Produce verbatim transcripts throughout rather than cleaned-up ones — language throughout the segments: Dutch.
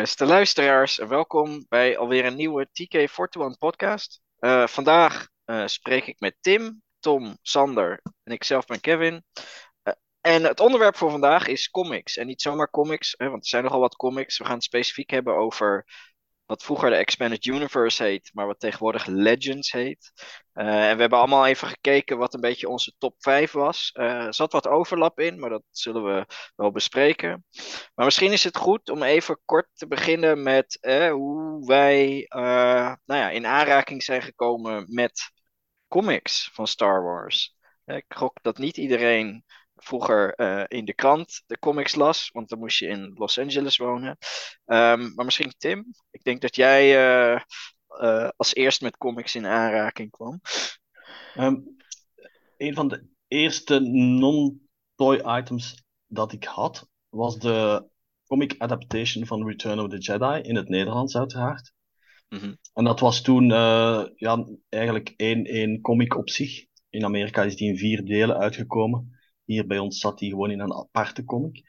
Beste luisteraars, welkom bij alweer een nieuwe T K eenenveertig podcast. Eh, vandaag eh, spreek ik met Tim, Tom, Sander en ikzelf ben Kevin. Eh, en het onderwerp voor vandaag is comics. En niet zomaar comics, hè, want er zijn nogal wat comics. We gaan het specifiek hebben over wat vroeger de Expanded Universe heet, maar wat tegenwoordig Legends heet. Eh, en we hebben allemaal even gekeken wat een beetje onze top vijf was. Eh, er zat wat overlap in, maar dat zullen we wel bespreken. Maar misschien is het goed om even kort te beginnen met eh, hoe wij eh, nou ja, in aanraking zijn gekomen met comics van Star Wars. Eh, ik gok dat niet iedereen vroeger eh, in de krant de comics las, want dan moest je in Los Angeles wonen. Ehm, maar misschien Tim, ik denk dat jij eh, eh, als eerst met comics in aanraking kwam. Ehm, een van de eerste non-toy items dat ik had, was de comic adaptation van Return of the Jedi, in het Nederlands uiteraard. Mhm. En dat was toen eh, ja, eigenlijk één, één comic op zich. In Amerika is die in vier delen uitgekomen. Hier bij ons zat die gewoon in een aparte comic.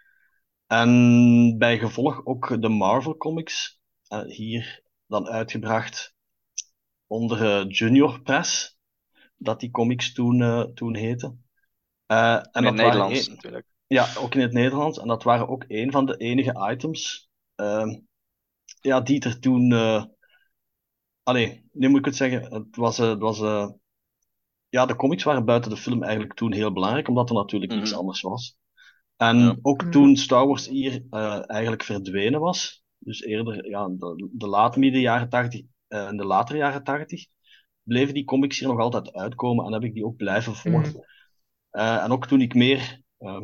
En bij gevolg ook de Marvel comics, eh, hier dan uitgebracht onder eh, Junior Press, dat die comics toen, eh, toen heten. Eh, en In het dat waren Nederlands een, natuurlijk. ja, ook in het Nederlands. En dat waren ook een van de enige items ehm, ja, die er toen. eh allee, nu moet ik het zeggen. Het was, eh, het was, eh, ja, de comics waren buiten de film eigenlijk toen heel belangrijk, omdat er natuurlijk niks Mhm. anders was. Ja. En ook Mm. toen Star Wars hier eh, eigenlijk verdwenen was, dus eerder ja, de, de laat midden jaren tachtig eh, en de latere jaren tachtig, bleven die comics hier nog altijd uitkomen en heb ik die ook blijven Mm. volgen. Eh, en ook toen ik meer eh,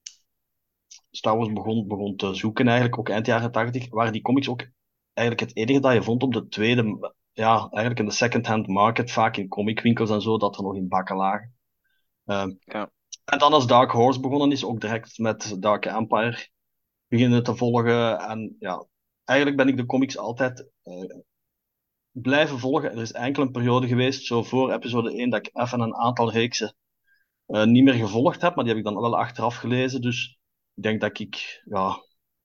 Star Wars begon, begon te zoeken, eigenlijk ook eind jaren tachtig, waren die comics ook eigenlijk het enige dat je vond op de tweede, ja, eigenlijk in de second-hand market, vaak in comicwinkels en zo, dat er nog in bakken lagen. Eh, Ja. en dan als Dark Horse begonnen is, ook direct met Dark Empire beginnen te volgen. En ja, eigenlijk ben ik de comics altijd eh, blijven volgen. Er is enkel een periode geweest, zo voor episode één, dat ik even een aantal reeksen eh, niet meer gevolgd heb, maar die heb ik dan wel achteraf gelezen. Dus ik denk dat ik ja,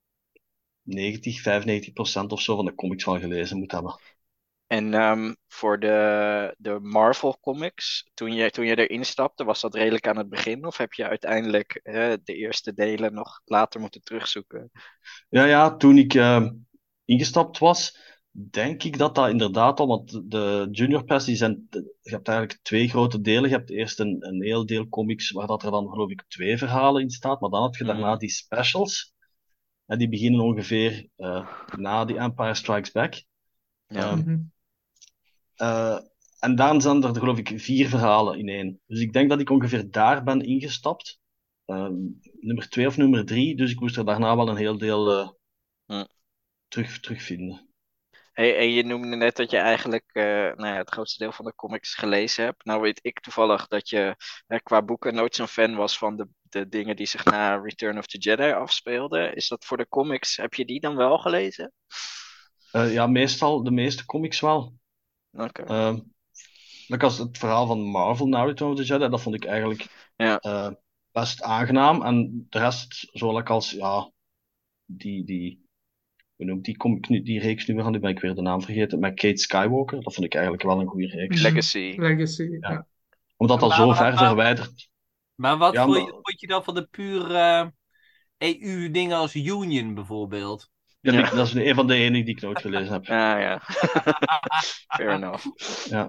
negentig, vijfennegentig procent of zo van de comics wel gelezen moet hebben. En ehm, voor de, de Marvel comics, toen je, toen je erin stapte, was dat redelijk aan het begin? Of heb je uiteindelijk eh, de eerste delen nog later moeten terugzoeken? Ja, ja, toen ik eh, ingestapt was, denk ik dat dat inderdaad al, want de Junior Press, die zijn, je hebt eigenlijk twee grote delen. Je hebt eerst een, een heel deel comics waar dat er dan geloof ik twee verhalen in staat, maar dan heb je Mhm. daarna die specials. En die beginnen ongeveer eh, na The Empire Strikes Back. Ja. Ehm, Mhm. eh, en dan zijn er geloof ik vier verhalen in één. Dus ik denk dat ik ongeveer daar ben ingestapt. Ehm, nummer twee of nummer drie, dus ik moest er daarna wel een heel deel eh, Hm. terug, terugvinden. Hey, en je noemde net dat je eigenlijk eh, nou ja, het grootste deel van de comics gelezen hebt. Nou weet ik toevallig dat je eh, qua boeken nooit zo'n fan was van de, de dingen die zich na Return of the Jedi afspeelden. Is dat voor de comics, heb je die dan wel gelezen? Eh, ja, meestal de meeste comics wel. Oké. Ehm like als het verhaal van Marvel naar Return of the Jedi, dat vond ik eigenlijk Ja. eh, best aangenaam. En de rest, zo like als, ja, die, die, hoe noemt die, comic nu, die reeks nu weer aan, nu ben ik weer de naam vergeten, met Kate Skywalker, dat vond ik eigenlijk wel een goede reeks. Mm. Legacy. Legacy, Ja. ja. Omdat dat Maar, zo maar, ver maar, verwijderd. maar wat Ja, vond je, maar, vond je dan van de pure E U-dingen als Union bijvoorbeeld? ja, die- Ja. dat is een van de enige die ik nooit gelezen heb. Ah ja. Fair enough. Ja.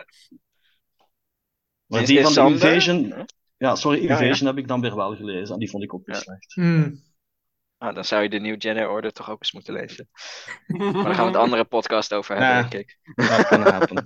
Maar En, die en van de Sander? Invasion, ja, sorry, Ja, ja. Invasion heb ik dan weer wel gelezen. En die vond ik ook niet Ja. slecht. Mm. Ah, dan zou je de New Jedi Order toch ook eens moeten lezen. Maar daar gaan we het andere podcast over hebben, Nee, denk ik. not gonna happen.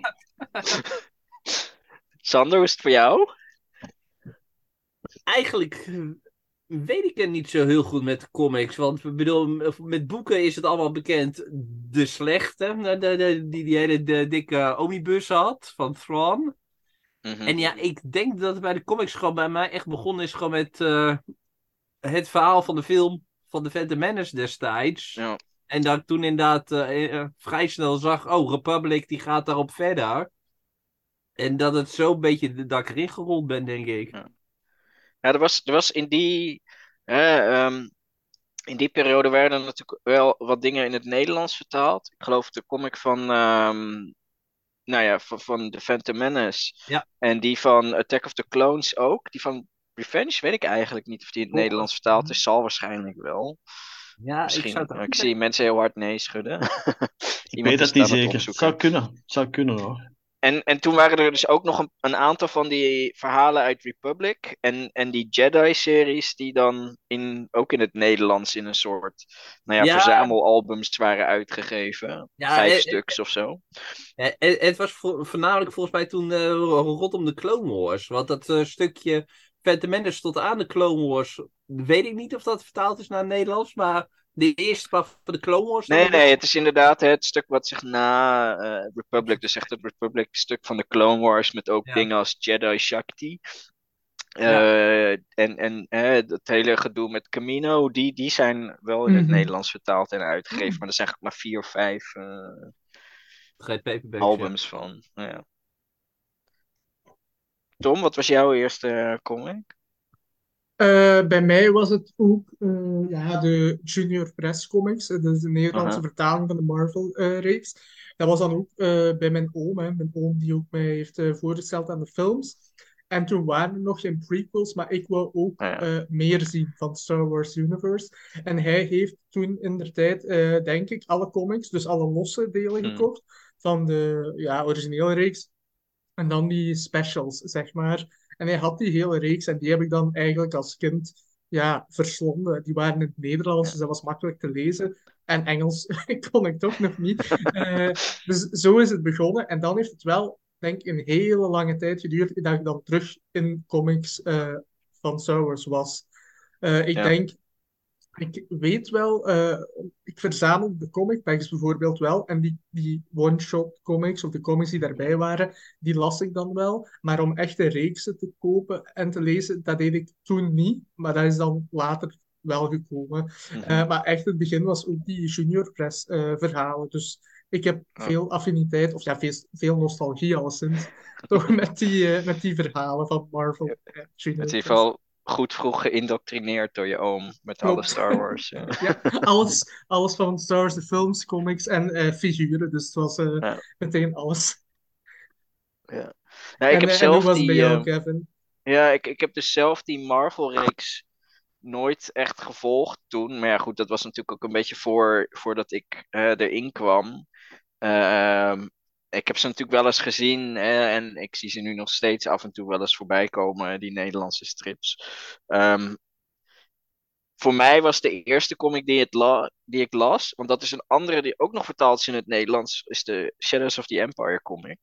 Sander, hoe is het voor jou? Eigenlijk eh, weet ik het niet zo heel goed met comics. Want ik bedoel, met boeken is het allemaal bekend. De slechte, de, de, de- die die hele de, dikke omnibus had van Thrawn. Mhm. En ja, ik denk dat het bij de comics gewoon bij mij echt begonnen is gewoon met eh, het verhaal van de film van The Phantom Menace destijds. Ja. En dat ik toen inderdaad eh, eh, vrij snel zag, oh, Republic die gaat daarop verder. En dat het zo'n beetje de dak erin gerold ben, denk ik. Ja. Ja, er was, er was in die, hè, ehm, in die periode werden er natuurlijk wel wat dingen in het Nederlands vertaald. Ik geloof de comic van, ehm, nou ja, van, van The Phantom Menace. Ja, En die van Attack of the Clones ook. Die van Revenge weet ik eigenlijk niet of die in het Nederlands volgens vertaald is. Zal waarschijnlijk wel. Ja, ik zou Misschien, het eh, ik ook zie mensen heel hard nee schudden. Ik Iemand weet is dat het niet aan het zeker. Zou opzoeken. kunnen. Zou kunnen hoor. En, en toen waren er dus ook nog een, een aantal van die verhalen uit Republic. En, en die Jedi-series die dan in, ook in het Nederlands in een soort, nou ja, Ja, verzamelalbums waren uitgegeven. ja Vijf het, stuks of zo. het, het- het was vo- voornamelijk volgens mij toen eh, rondom de Clone Wars. Want dat eh, stukje Phantom Menace tot aan de Clone Wars, weet ik niet of dat vertaald is naar het Nederlands, maar de eerste part van de Clone Wars dan Nee, nog wel. nee, het is inderdaad het stuk wat zich na eh, Republic, dus echt het Republic-stuk van de Clone Wars, met ook Ja, dingen als Jedi Shakti. ja. Eh, en en eh, het hele gedoe met Camino, die, die zijn wel in het Mhm. Nederlands vertaald en uitgegeven. Maar er zijn ook maar vier of vijf eh, Geen paperbacks, ja. albums van. Nou ja. Tom, wat was jouw eerste eh, comic? Eh, bij mij was het ook eh, ja, de Junior Press Comics, eh, dus de Nederlandse Aha, vertaling van de Marvel-reeks. Dat was dan ook eh, bij mijn oom, hè, mijn oom die ook mij heeft eh, voorgesteld aan de films. En toen waren er nog geen prequels, maar ik wou ook nou ja. eh, meer zien van Star Wars Universe. En hij heeft toen in der tijd, eh, denk ik, alle comics, dus alle losse delen Hm, gekocht van de ja, originele reeks. En dan die specials, zeg maar. En hij had die hele reeks en die heb ik dan eigenlijk als kind ja, verslonden. Die waren in het Nederlands, ja. dus dat was makkelijk te lezen. En Engels kon ik toch nog niet. Eh, dus zo is het begonnen. En dan heeft het wel, denk ik, een hele lange tijd geduurd dat ik dan terug in comics eh, van Star Wars was. Eh, ik Ja. denk ik weet wel, eh, ik verzamel de comic packs bijvoorbeeld wel. En die, die one-shot comics of de comics die daarbij waren, die las ik dan wel. Maar om echte reeksen te kopen en te lezen, dat deed ik toen niet. Maar dat is dan later wel gekomen. Mhm. Eh, maar echt het begin was ook die Junior Press eh, verhalen. Dus ik heb Ja. veel affiniteit, of ja, veel, veel nostalgie alleszins, toch met die, eh, met die verhalen van Marvel eh, Het Junior is in ieder Press. geval goed vroeg geïndoctrineerd door je oom met alle Klopt. Star Wars. Ja. Ja, alles, alles van Star Wars, de films, comics en eh, figuren. Dus het was eh, Ja, meteen alles. ja. Nou, ik En, heb eh, en hoe zelf was het bij die, jou, eh, Kevin? ja, ik, ik heb dus zelf die Marvel-reeks nooit echt gevolgd toen. Maar ja, goed, dat was natuurlijk ook een beetje voor, voordat ik eh, erin kwam. Ehm, ik heb ze natuurlijk wel eens gezien eh, en ik zie ze nu nog steeds af en toe wel eens voorbij komen, die Nederlandse strips. Ehm, voor mij was de eerste comic die, het la- die ik las, want dat is een andere die ook nog vertaald is in het Nederlands, is de Shadows of the Empire comic.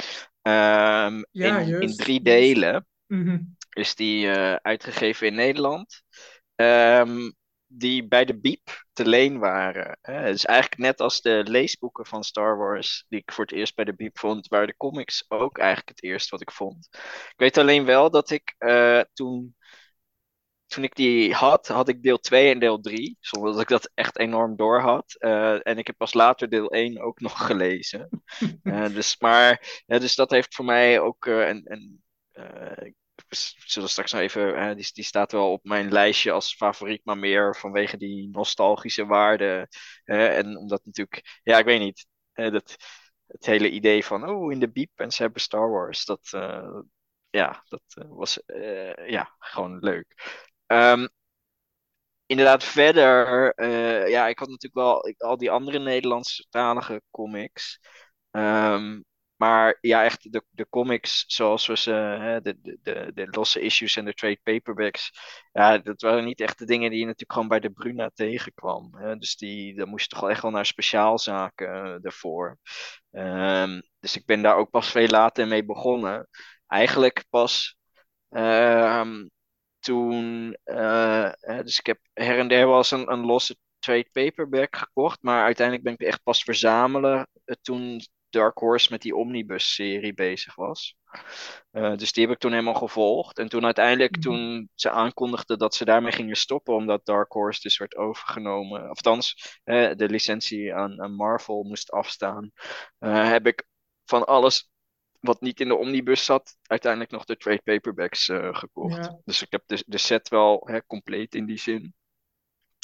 Ehm, Ja, in, in juist, drie juist. delen Mhm. is die eh, uitgegeven in Nederland. Ehm, die bij de Biep te leen waren. Hè. Het is eigenlijk net als de leesboeken van Star Wars, die ik voor het eerst bij de Biep vond, waren de comics ook eigenlijk het eerst wat ik vond. Ik weet alleen wel dat ik eh, toen, toen ik die had, had ik deel twee en deel drie, zonder dat ik dat echt enorm door had. Eh, en ik heb pas later deel één ook nog gelezen. Eh, dus, maar, ja, dus dat heeft voor mij ook eh, een, een eh, we zullen straks nog even, eh, die, die staat wel op mijn lijstje als favoriet, maar meer vanwege die nostalgische waarde. Eh, en omdat natuurlijk, ja, ik weet niet, eh, dat, het hele idee van, oh, in de biep en ze hebben Star Wars, dat, eh, ja, dat eh, was, eh, ja, gewoon leuk. Ehm, Inderdaad, verder, eh, ja, ik had natuurlijk wel ik- al die andere Nederlandstalige comics. Ehm, maar ja, echt de, de comics zoals we ze, hè, de, de, de, de losse issues en de trade paperbacks. Ja, dat waren niet echt de dingen die je natuurlijk gewoon bij de Bruna tegenkwam. Hè. Dus die, daar moest je toch wel echt wel naar speciaalzaken eh, ervoor. Ehm, dus ik ben daar ook pas veel later mee begonnen. Eigenlijk pas. ehm, Toen, eh, hè, dus ik heb her en der wel eens een, een losse trade paperback gekocht, maar uiteindelijk ben ik echt pas verzamelen eh, toen Dark Horse met die Omnibus-serie bezig was. Eh, dus die heb ik toen helemaal gevolgd. En toen uiteindelijk, Mhm. toen ze aankondigden dat ze daarmee gingen stoppen, omdat Dark Horse dus werd overgenomen, of althans, eh, de licentie aan, aan Marvel moest afstaan, eh, heb ik van alles wat niet in de omnibus zat, uiteindelijk nog de trade paperbacks eh, gekocht. Ja. Dus ik heb de, de set wel hè, compleet in die zin.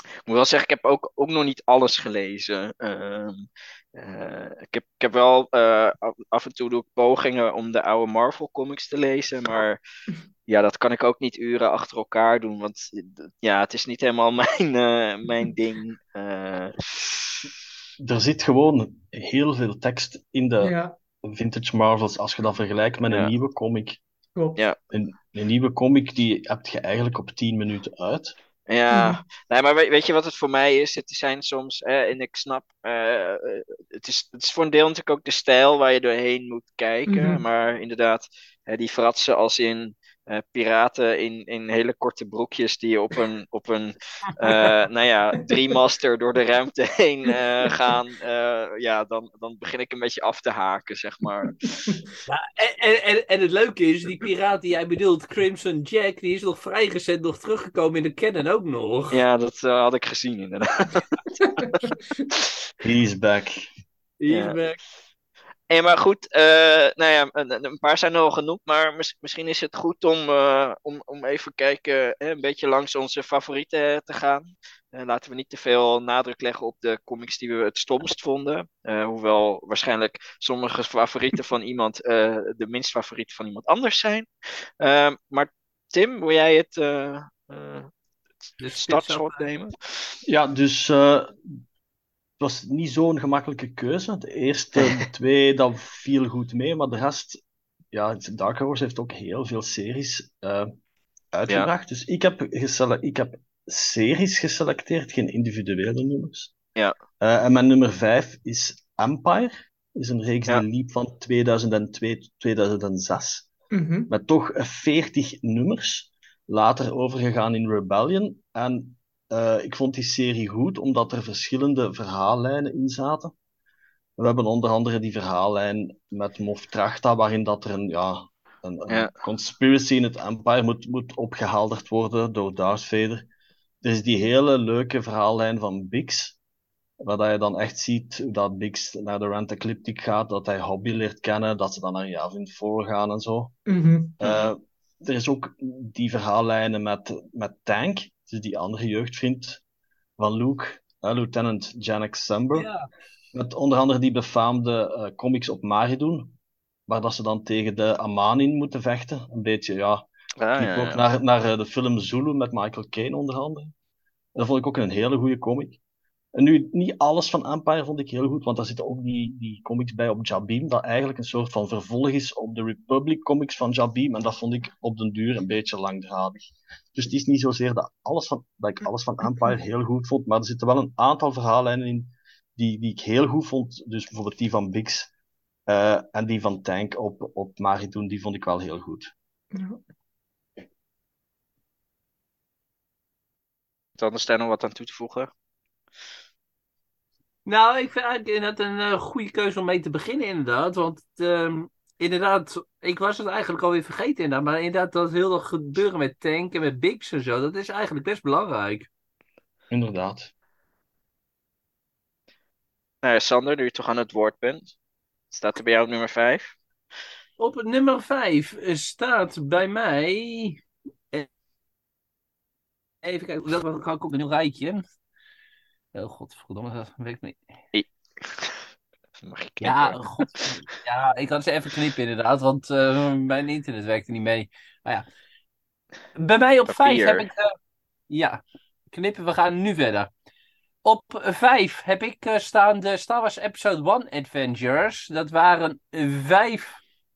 Ik moet wel zeggen, ik heb ook, ook nog niet alles gelezen. Ehm, eh, ik heb, ik heb wel eh, af, af en toe doe ik pogingen om de oude Marvel comics te lezen, maar ja, dat kan ik ook niet uren achter elkaar doen, want ja, het is niet helemaal mijn, eh, mijn ding. Eh, Er zit gewoon heel veel tekst in de Ja, vintage Marvels als je dat vergelijkt met een ja, nieuwe comic. klopt. ja. Een, een nieuwe comic die heb je eigenlijk op tien minuten uit. Mhm. Ja, nee, maar weet, weet je wat het voor mij is? Het zijn soms, eh, en ik snap, eh, eh, het is, het is voor een deel natuurlijk ook de stijl waar je doorheen moet kijken. Mhm. Maar inderdaad, eh, die fratsen als in eh, piraten in, in hele korte broekjes die op een, op een eh, nou ja, driemaster door de ruimte heen eh, gaan. eh, ja, dan, dan begin ik een beetje af te haken, zeg maar. Ja, en, en, en, en het leuke is, die piraat die jij bedoelt, Crimson Jack, die is nog vrijgezet, nog teruggekomen in de canon ook nog. Ja, dat eh, had ik gezien, inderdaad. He's back. He's Ja. back. Hey, maar goed, eh, nou ja, een, een paar zijn er al genoemd, maar mis- misschien is het goed om, eh, om, om even kijken, eh, een beetje langs onze favorieten te gaan. Eh, laten we niet te veel nadruk leggen op de comics die we het stomst vonden. Eh, hoewel waarschijnlijk sommige favorieten van iemand eh, de minst favorieten van iemand anders zijn. Eh, maar Tim, wil jij het, eh, eh, De het spits startschot af. nemen? Ja, dus eh, het was niet zo'n gemakkelijke keuze. De eerste twee, dat viel goed mee, maar de rest, ja, Dark Horse heeft ook heel veel series eh, Ja, uitgebracht. Dus ik heb, gesele- ik heb series geselecteerd, geen individuele nummers. ja, Eh, en mijn nummer vijf is Empire. Is een reeks die ja. liep van tweeduizendtwee tot tweeduizendzes. Mhm. Met toch veertig nummers. Later overgegaan in Rebellion. En eh, ik vond die serie goed, omdat er verschillende verhaallijnen in zaten. We hebben onder andere die verhaallijn met Moff Trachta, waarin dat er een, ja, een, Ja. een conspiracy in het Empire moet, moet opgehelderd worden door Darth Vader. Er is die hele leuke verhaallijn van Bix, waar dat je dan echt ziet hoe dat Bix naar de Rent Ecliptic gaat, dat hij Hobby leert kennen, dat ze dan naar Yavin four gaan en zo. Mhm. Uh, er is ook die verhaallijnen met, met Tank, dus die andere jeugdvriend van Luke, uh, Lieutenant Janek Sember. Ja. Met onder andere die befaamde uh, comics op Maridun, waar dat ze dan tegen de Amanin moeten vechten. Een beetje, ja, Ah, knip ja, ook ja. naar, naar uh, de film Zulu met Michael Caine onder andere. En dat vond ik ook een hele goede comic. En nu, niet alles van Empire vond ik heel goed, want daar zitten ook die, die comics bij op Jabim, dat eigenlijk een soort van vervolg is op de Republic comics van Jabim, en dat vond ik op den duur een beetje langdradig. Dus het is niet zozeer dat, alles van, dat ik alles van Empire heel goed vond, maar er zitten wel een aantal verhaallijnen in die, die ik heel goed vond. Dus bijvoorbeeld die van Bix uh, en die van Tank op, op Maridun, die vond ik wel heel goed. Ja. Anders daar nog wat aan toe te voegen? Nou, ik vind eigenlijk inderdaad een uh, goede keuze om mee te beginnen, inderdaad. Want uh, inderdaad, ik was het eigenlijk alweer vergeten inderdaad. Maar inderdaad, dat heel dat gebeuren met Tank en met Bix en zo, dat is eigenlijk best belangrijk. Inderdaad. Nou ja, Sander, nu je toch aan het woord bent. Staat er bij jou op nummer vijf? Op nummer vijf staat bij mij... Even kijken, dat kan ik op een nieuw rijtje. Oh, godverdomme, dat weet ik niet. Mag je knippen? Ja, god. Ja, ik had ze even knippen inderdaad, want uh, mijn internet werkte niet mee. Maar ja. Bij mij op Papier. vijf heb ik... Uh, ja, knippen, we gaan nu verder. Op vijf heb ik uh, staan de Star Wars Episode one Adventures. Dat waren vijf...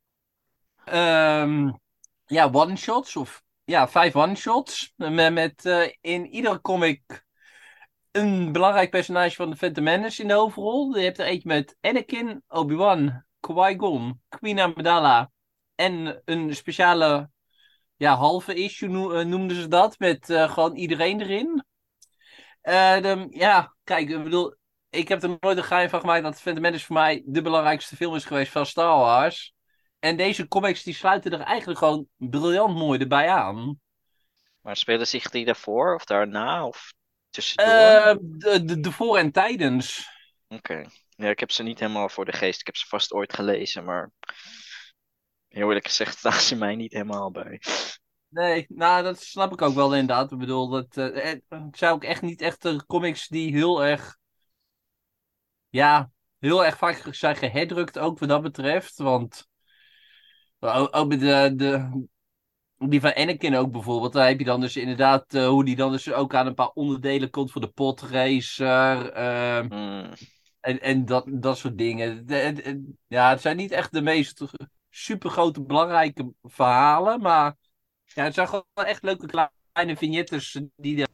Um, ja, one-shots. Of ja, vijf one-shots. Met, met uh, in iedere comic... een belangrijk personage van de Phantom Menace in de hoofdrol. Je hebt er eentje met Anakin, Obi-Wan, Qui-Gon, Queen Amidala en een speciale ja, halve issue noemden ze dat, met uh, gewoon iedereen erin. Uh, de, ja, kijk, ik bedoel, ik heb er nooit een geheim van gemaakt dat Phantom Menace voor mij de belangrijkste film is geweest van Star Wars. En deze comics die sluiten er eigenlijk gewoon briljant mooi erbij aan. Maar spelen zich die daarvoor of daarna of tussendoor? Uh, de, de, de voor en tijdens. Oké. Okay. Ja, ik heb ze niet helemaal voor de geest. Ik heb ze vast ooit gelezen, maar heel eerlijk gezegd staan ze mij niet helemaal bij. Nee, nou, dat snap ik ook wel inderdaad. Ik bedoel, dat, eh, eh, het zijn ook echt niet echt eh, comics die heel erg, ja, heel erg vaak zijn geherdrukt ook wat dat betreft. Want ook, ook met de, de, die van Anakin ook bijvoorbeeld, daar heb je dan dus inderdaad eh, hoe die dan dus ook aan een paar onderdelen komt voor de podracer. eh, Hmm. en en dat, dat soort dingen. De- de- de- ja, het zijn niet echt de meest super grote belangrijke verhalen, maar ja, het zijn gewoon echt leuke kleine vignettes die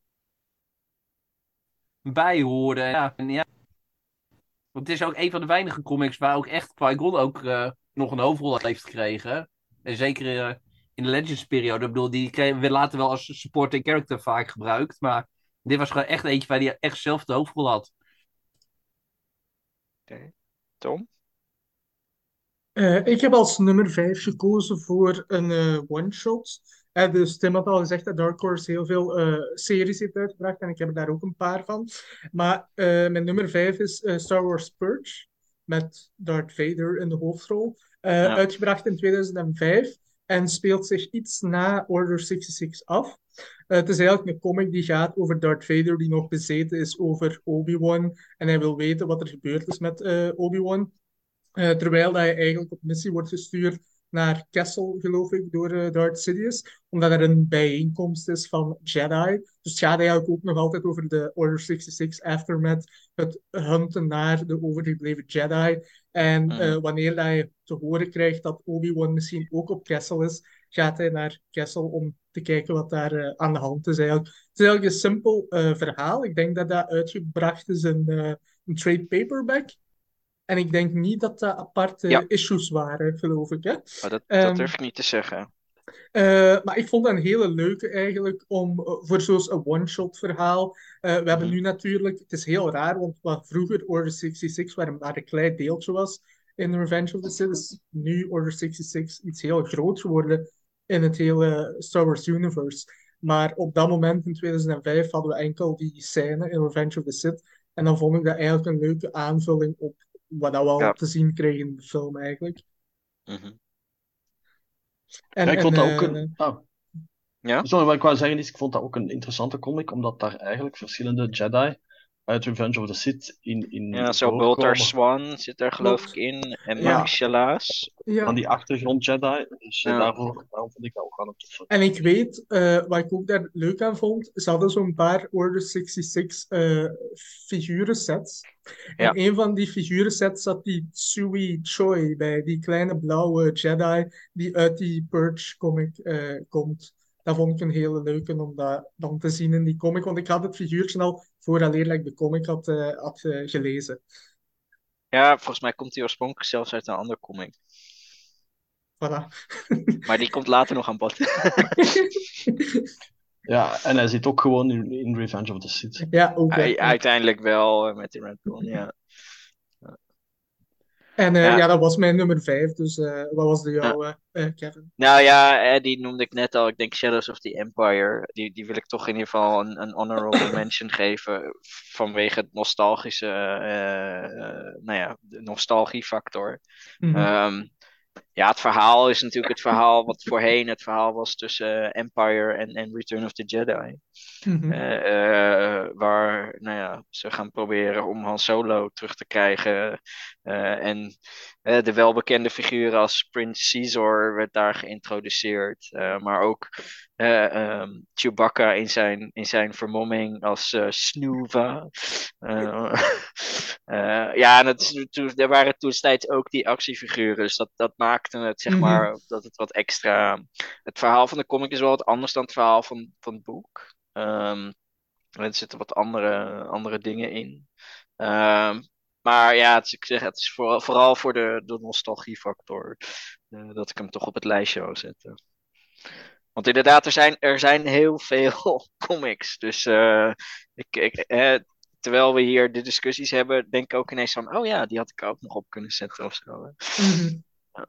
erbij horen. Ja, en ja, want het is ook een van de weinige comics waar ook echt Qui-Gon ook eh, nog een hoofdrol heeft gekregen. En zeker eh, in de Legends-periode. Ik bedoel, die kregen we later wel als supporting character vaak gebruikt. Maar dit was gewoon echt eentje waar hij echt zelf de hoofdrol had. Oké. Tom? Eh, ik heb als nummer vijf gekozen voor een eh, one-shot. Eh, dus Tim had al gezegd dat Dark Horse heel veel eh, series heeft uitgebracht en ik heb er daar ook een paar van. Maar eh, mijn nummer vijf is eh, Star Wars Purge met Darth Vader in de hoofdrol. Eh, Ja. uitgebracht in tweeduizend vijf en speelt zich iets na Order zesenzestig af. Eh, het is eigenlijk een comic die gaat over Darth Vader die nog bezeten is over Obi-Wan en hij wil weten wat er gebeurd is met eh, Obi-Wan. Eh, terwijl dat je eigenlijk op missie wordt gestuurd naar Kessel, geloof ik, door uh, Darth Sidious, omdat er een bijeenkomst is van Jedi. Dus het gaat eigenlijk ook nog altijd over de Order zesenzestig Aftermath, het hunten naar de overgebleven Jedi. En Mhm. uh, wanneer dat je te horen krijgt dat Obi-Wan misschien ook op Kessel is, gaat hij naar Kessel om te kijken wat daar uh, aan de hand is eigenlijk. Het is eigenlijk een simpel uh, verhaal. Ik denk dat dat uitgebracht is in uh, een trade paperback. En ik denk niet dat dat aparte Ja. issues waren, geloof ik. Hè? Oh, dat, Ehm, dat durf ik niet te zeggen. uh, maar ik vond dat een hele leuke eigenlijk om, uh, voor zo'n one-shot verhaal. Uh, we hebben Mhm. nu natuurlijk, het is heel raar, want wat vroeger Order zesenzestig waar maar een klein deeltje was in Revenge of the Sith, is nu Order zesenzestig iets heel groot geworden in het hele Star Wars universe. Maar op dat moment in tweeduizend vijf hadden we enkel die scène in Revenge of the Sith. En dan vond ik dat eigenlijk een leuke aanvulling op wat we al Ja. te zien kregen in de film eigenlijk. Mhm. En, Ja, ik en vond dat ook uh, een... Ah, Ja? sorry, wat ik wou zeggen is, ik vond dat ook een interessante comic, omdat daar eigenlijk verschillende Jedi uit Revenge of the Sith in, in Ja, zo Bolter voorkomen. Swan zit er geloof ik klopt. in. En Ja. Maxella's. Van Ja, die achtergrond Jedi. Dus eh, Ja. daarvoor, daarom vond ik dat ook wel een toffe. en ik weet, uh, wat ik ook daar leuk aan vond, ze hadden zo'n paar Order zesenzestig uh, figurensets. Ja. En een van die figurensets zat die Tsui Choi bij, die kleine blauwe Jedi die uit die Purge comic uh, komt. Dat vond ik een hele leuke om dat dan te zien in die comic, want ik had het figuurtje al vooraleer ik de comic had, uh, had uh, gelezen. Ja, volgens mij komt die oorspronkelijk zelfs uit een andere comic. Voilà. Maar die komt later nog aan bod. Ja, en hij zit ook gewoon in, in Revenge of the Sith. Ja, ook. Hè. U- Ja. Uiteindelijk wel, eh, met die Red Bull, ja. En uh, Ja. ja, dat was mijn nummer vijf. Dus uh, wat was de Ja. jouwe, uh, Kevin? Nou ja, eh, die noemde ik net al. Ik denk Shadows of the Empire. Die, die wil ik toch in ieder geval een, een honorable mention geven. Vanwege het nostalgische, eh, eh, nou ja, de nostalgiefactor. Mhm. Ehm, ja, het verhaal is natuurlijk het verhaal wat voorheen het verhaal was tussen eh, Empire en, en Return of the Jedi. Mhm. Eh, eh, waar nou ja, ze gaan proberen om Han Solo terug te krijgen. Eh, en eh, de welbekende figuren als Prince Caesar werd daar geïntroduceerd. Eh, maar ook eh, ehm, Chewbacca in zijn, in zijn vermomming als eh Snuva. Eh, eh, ja, en het is, toen, er waren toen steeds ook die actiefiguren. Dus dat, dat maakte het, zeg Mhm. maar, dat het wat extra... Het verhaal van de comic is wel wat anders dan het verhaal van, van het boek. Um, er zitten wat andere, andere dingen in. Um, maar ja, het is, ik zeg, het is vooral, vooral voor de, de nostalgiefactor uh, dat ik hem toch op het lijstje wou zetten. Want inderdaad, er zijn, er zijn heel veel comics. Dus uh, ik, ik, eh, terwijl we hier de discussies hebben, denk ik ook ineens van, oh ja, die had ik ook nog op kunnen zetten of zo. Mhm.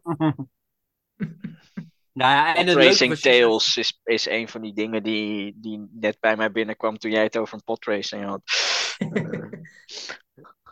Nou ja, en het leuke Podracing was... Tales is, is een van die dingen die, die net bij mij binnenkwam toen jij het over een podracing had. Uh,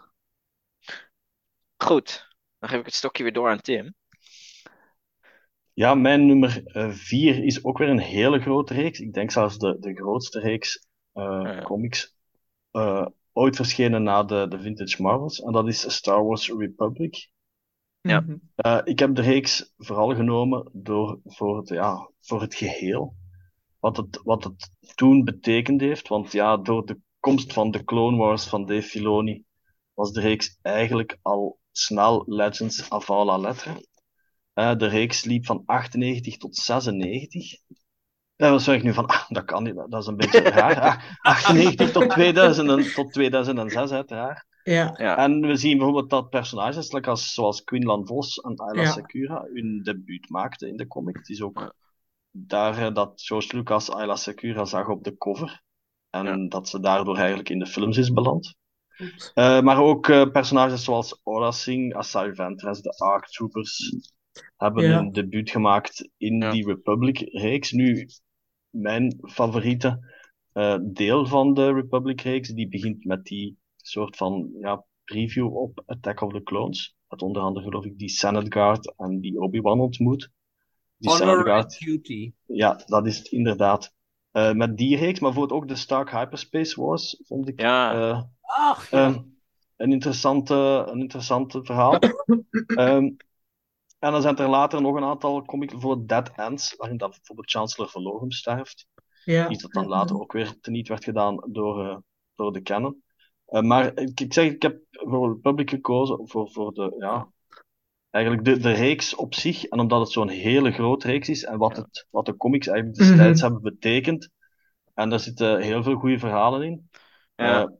goed, dan geef ik het stokje weer door aan Tim. Ja, mijn nummer eh, vier is ook weer een hele grote reeks. Ik denk zelfs de, de grootste reeks eh, Ja. comics eh, ooit verschenen na de, de Vintage Marvels. En dat is Star Wars Republic. Ja. Mhm. Eh, ik heb de reeks vooral genomen door, voor het, ja, voor het geheel. Wat het, wat het toen betekend heeft. Want ja, door de komst van de Clone Wars van Dave Filoni was de reeks eigenlijk al snel Legends avant la lettre. Eh, de reeks liep van achtennegentig tot zesennegentig. Eh, wat zeg ik nu van? Ah, dat kan niet, dat is een beetje raar. Ah, achtennegentig tot tweeduizend, en- tot tweeduizendzes, uiteraard. Ja, Ja. En we zien bijvoorbeeld dat personages like als, zoals Quinlan Vos en Ayla ja, Secura hun debuut maakten in de comic. Het is ook Ja. daar eh, dat George Lucas Ayla Secura zag op de cover. En Ja. dat ze daardoor eigenlijk in de films is beland. klopt. Eh, maar ook eh, personages zoals Aura Singh, Asai Ventress, de Arc Troopers hebben Ja, hun debuut gemaakt in Ja. die Republic-reeks. Nu, mijn favoriete eh, deel van de Republic-reeks, die begint met die soort van ja, preview op Attack of the Clones. Dat onder andere geloof ik die Senate Guard en die Obi-Wan ontmoet. Die Senate Honor and Guard, Duty. ja, dat is het inderdaad. Eh, met die reeks, maar bijvoorbeeld ook de Stark Hyperspace Wars, vond ik Ja. eh, Ach ja. eh, een interessante, een interessante verhaal. Ehm, en dan zijn er later nog een aantal comics, bijvoorbeeld Dead Ends, waarin dat bijvoorbeeld Chancellor Valorum sterft. ja, Iets dat dan ja, later ook weer teniet werd gedaan door, eh, door de canon. Eh, maar ik, ik zeg, ik heb voor Republic gekozen voor, voor de, ja, eigenlijk de, de reeks op zich. En omdat het zo'n hele grote reeks is en wat, het, wat de comics eigenlijk destijds Mhm. hebben betekend. En daar zitten heel veel goede verhalen in. Ja. Eh,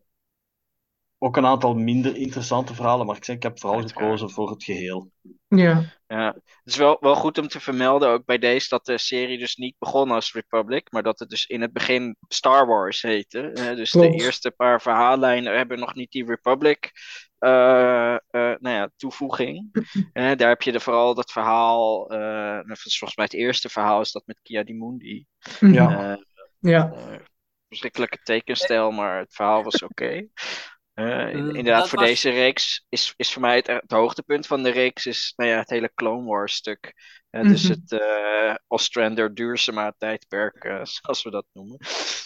ook een aantal minder interessante verhalen, maar ik zeg, ik heb vooral Uiteraard. gekozen voor het geheel. ja, Ja, het is wel, wel goed om te vermelden, ook bij deze, dat de serie dus niet begon als Republic, maar dat het dus in het begin Star Wars heette. Eh, dus de klopt. eerste paar verhaallijnen hebben nog niet die Republic eh, eh, nou ja, toevoeging. Eh, daar heb je de, vooral dat verhaal, eh, nou, volgens mij het eerste verhaal is dat met Ki-Adi-Mundi. Mhm. Ja. Eh, Ja, eh, verschrikkelijke tekenstijl, maar het verhaal was oké. Eh, in- Eh, inderdaad, dat voor was... deze reeks is, is voor mij het, het hoogtepunt van de reeks is, nou ja, het hele Clone Wars stuk. Eh, dus Mhm. het eh Ostrander Duursema tijdperk, eh, zoals we dat noemen.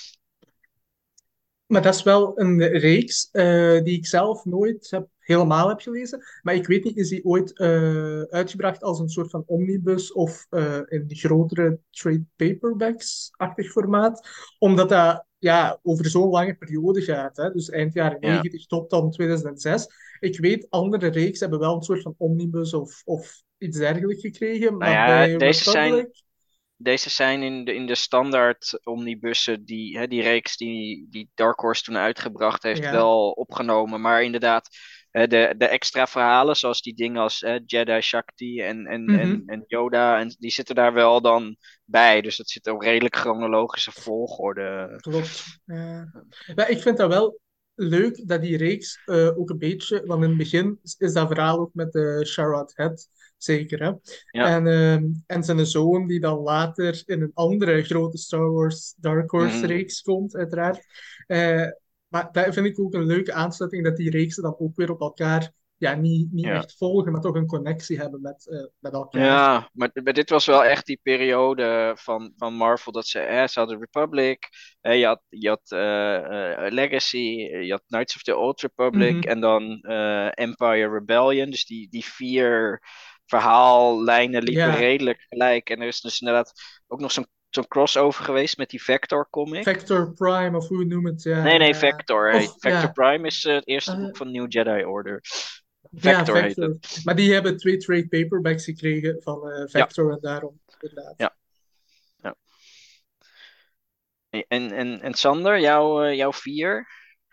Maar dat is wel een reeks eh, die ik zelf nooit heb, helemaal heb gelezen. Maar ik weet niet, is die ooit eh, uitgebracht als een soort van omnibus of eh, in grotere trade paperbacks-achtig formaat? Omdat dat ja, over zo'n lange periode gaat. Hè? Dus eind jaren Ja. negentig tot dan tweeduizend zes. Ik weet, andere reeks hebben wel een soort van omnibus of, of iets dergelijks gekregen. Nou Maar ja, bij deze zijn, Republic... deze zijn in de, in de standaard omnibussen, die, hè, die reeks die, die Dark Horse toen uitgebracht heeft, Ja. wel opgenomen. Maar inderdaad, hè, de, de extra verhalen, zoals die dingen als hè, Jedi Shakti en, en, Mhm. en, en Yoda, en die zitten daar wel dan bij. Dus dat zit op redelijk chronologische volgorde. Klopt. Ja. Maar ik vind dat wel leuk dat die reeks eh, ook een beetje, want in het begin is is dat verhaal ook met de Sharad Head, zeker hè. Ja. En, ehm, en zijn zoon die dan later in een andere grote Star Wars Dark Horse Mhm. reeks komt, uiteraard. Eh, maar dat vind ik ook een leuke aansluiting dat die reeksen dan ook weer op elkaar, ja, niet, niet Ja. echt volgen, maar toch een connectie hebben met, eh, met elkaar. Ja, maar, maar dit was wel echt die periode van, van Marvel dat ze, hè, ze hadden Republic, hè, je had, je had eh, eh, Legacy, je had Knights of the Old Republic Mhm. en dan eh, Empire Rebellion. Dus die, die vier verhaallijnen liepen Ja. redelijk gelijk. En er is dus inderdaad ook nog zo'n zo'n crossover geweest met die Vector comic. Vector Prime, of hoe je noemt het. Ja, nee, nee, ja. Vector. Of, Heet. Vector ja. Prime is eh, het eerste Eh, boek van New Jedi Order. Ja, Vector heet Vector. het. Maar die hebben twee trade paperbacks gekregen van eh, Vector en daarom inderdaad. Ja. Ja. En, en, en Sander, jouw, eh, jouw vier?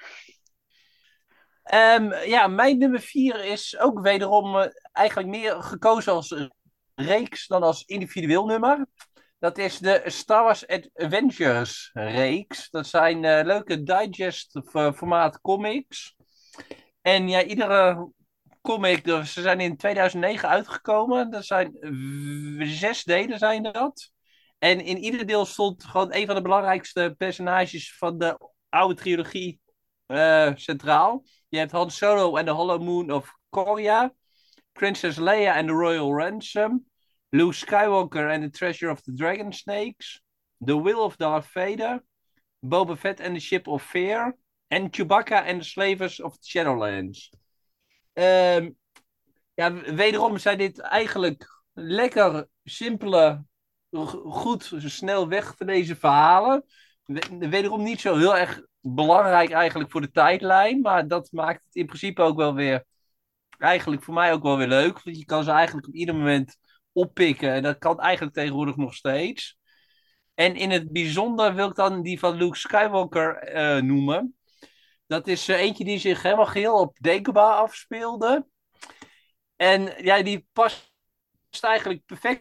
Ehm, ja, mijn nummer vier is ook wederom eh, eigenlijk meer gekozen als een reeks dan als individueel nummer. Dat is de Star Wars Adventures reeks. Dat zijn eh, leuke digest v- formaat comics. En ja, iedere comic, dus ze zijn in tweeduizend negen uitgekomen. Dat zijn v- zes delen zijn dat. En in ieder deel stond gewoon een van de belangrijkste personages van de oude trilogie eh, centraal. Je hebt Han Solo en de Hollow Moon of Korea. Princess Leia en de Royal Ransom. Luke Skywalker and the Treasure of the Dragon Snakes, The Will of Darth Vader, Boba Fett and the Ship of Fear en Chewbacca and the Slavers of the Shadowlands. Ehm, ja, wederom zijn dit eigenlijk lekker simpele, g- goed, snel weg van deze verhalen. We- Wederom niet zo heel erg belangrijk eigenlijk voor de tijdlijn, maar dat maakt het in principe ook wel weer, eigenlijk voor mij ook wel weer leuk. Want je kan ze eigenlijk op ieder moment oppikken en dat kan eigenlijk tegenwoordig nog steeds. En in het bijzonder wil ik dan die van Luke Skywalker eh, noemen. Dat is eh, eentje die zich helemaal geheel op Dagobah afspeelde. En ja, die past eigenlijk perfect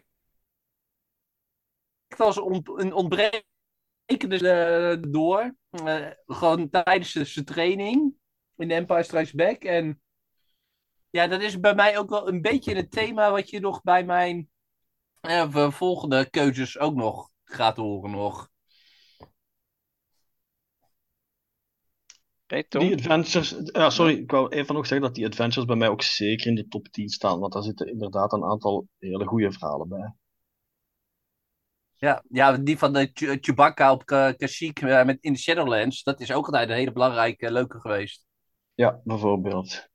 als ont een ontbrekende uh, door. Uh, gewoon tijdens de, zijn training in The Empire Strikes Back. En ja, dat is bij mij ook wel een beetje het thema wat je nog bij mijn uh, volgende keuzes ook nog gaat horen nog. Oké, Die Tom? adventures, ja, sorry, ik wou even nog zeggen dat die adventures bij mij ook zeker in de top tien staan, want daar zitten inderdaad een aantal hele goede verhalen bij. Ja, ja, die van de Ch- Chewbacca op Ka- Kashyyyk uh, met in de Shadowlands, dat is ook altijd een hele belangrijke, leuke geweest. Ja, bijvoorbeeld.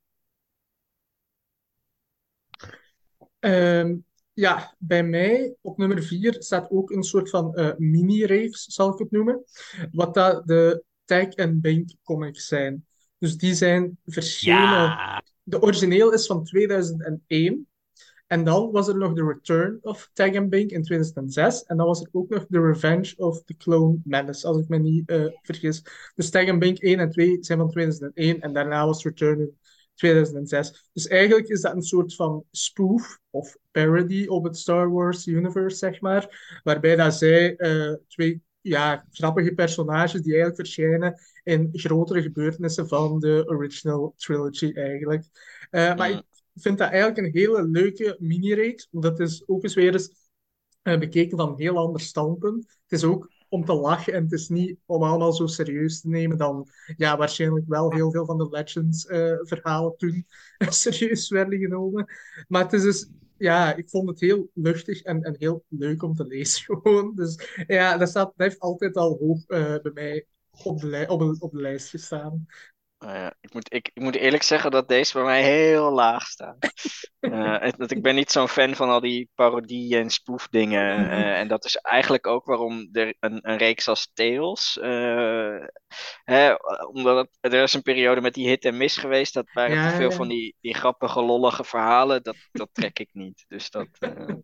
Ehm, ja, bij mij op nummer vier staat ook een soort van eh, mini-reeks, zal ik het noemen. Wat dat de Tag and Bank comics zijn. Dus die zijn verschenen. Ja, De origineel is van tweeduizend één. En dan was er nog The Return of Tag and Bank in tweeduizend zes. En dan was er ook nog The Revenge of the Clone Menace, als ik me niet eh, vergis. Dus Tag and Bank één en twee zijn van tweeduizend één. En daarna was Return in tweeduizend zes. Dus eigenlijk is dat een soort van spoof of parody op het Star Wars universe, zeg maar. Waarbij dat zij uh, twee ja, grappige personages die eigenlijk verschijnen in grotere gebeurtenissen van de original trilogy eigenlijk. Uh, maar ik ik vind dat eigenlijk een hele leuke mini-reeks. Dat is ook eens weer eens uh, bekeken van een heel ander standpunt. Het is ook om te lachen en het is niet om allemaal zo serieus te nemen dan ja, waarschijnlijk wel heel veel van de Legends-verhalen uh, toen serieus werden genomen. Maar het is dus, ja, ik vond het heel luchtig en, en heel leuk om te lezen gewoon. Dus ja, dat, staat, dat heeft altijd al hoog uh, bij mij op de, li- op, de, op de lijst gestaan. Nou ja, ik moet, ik, ik moet eerlijk zeggen dat deze bij mij heel laag staat. Uh, dat ik ben niet zo'n fan van al die parodieën en spoefdingen. Uh, en dat is eigenlijk ook waarom er een, een reeks als Tales. Uh, hè, omdat het, er is een periode met die hit en miss geweest. Dat waren te Ja, veel ja. van die, die grappige, lollige verhalen. Dat, dat trek ik niet. Dus dat. Uh...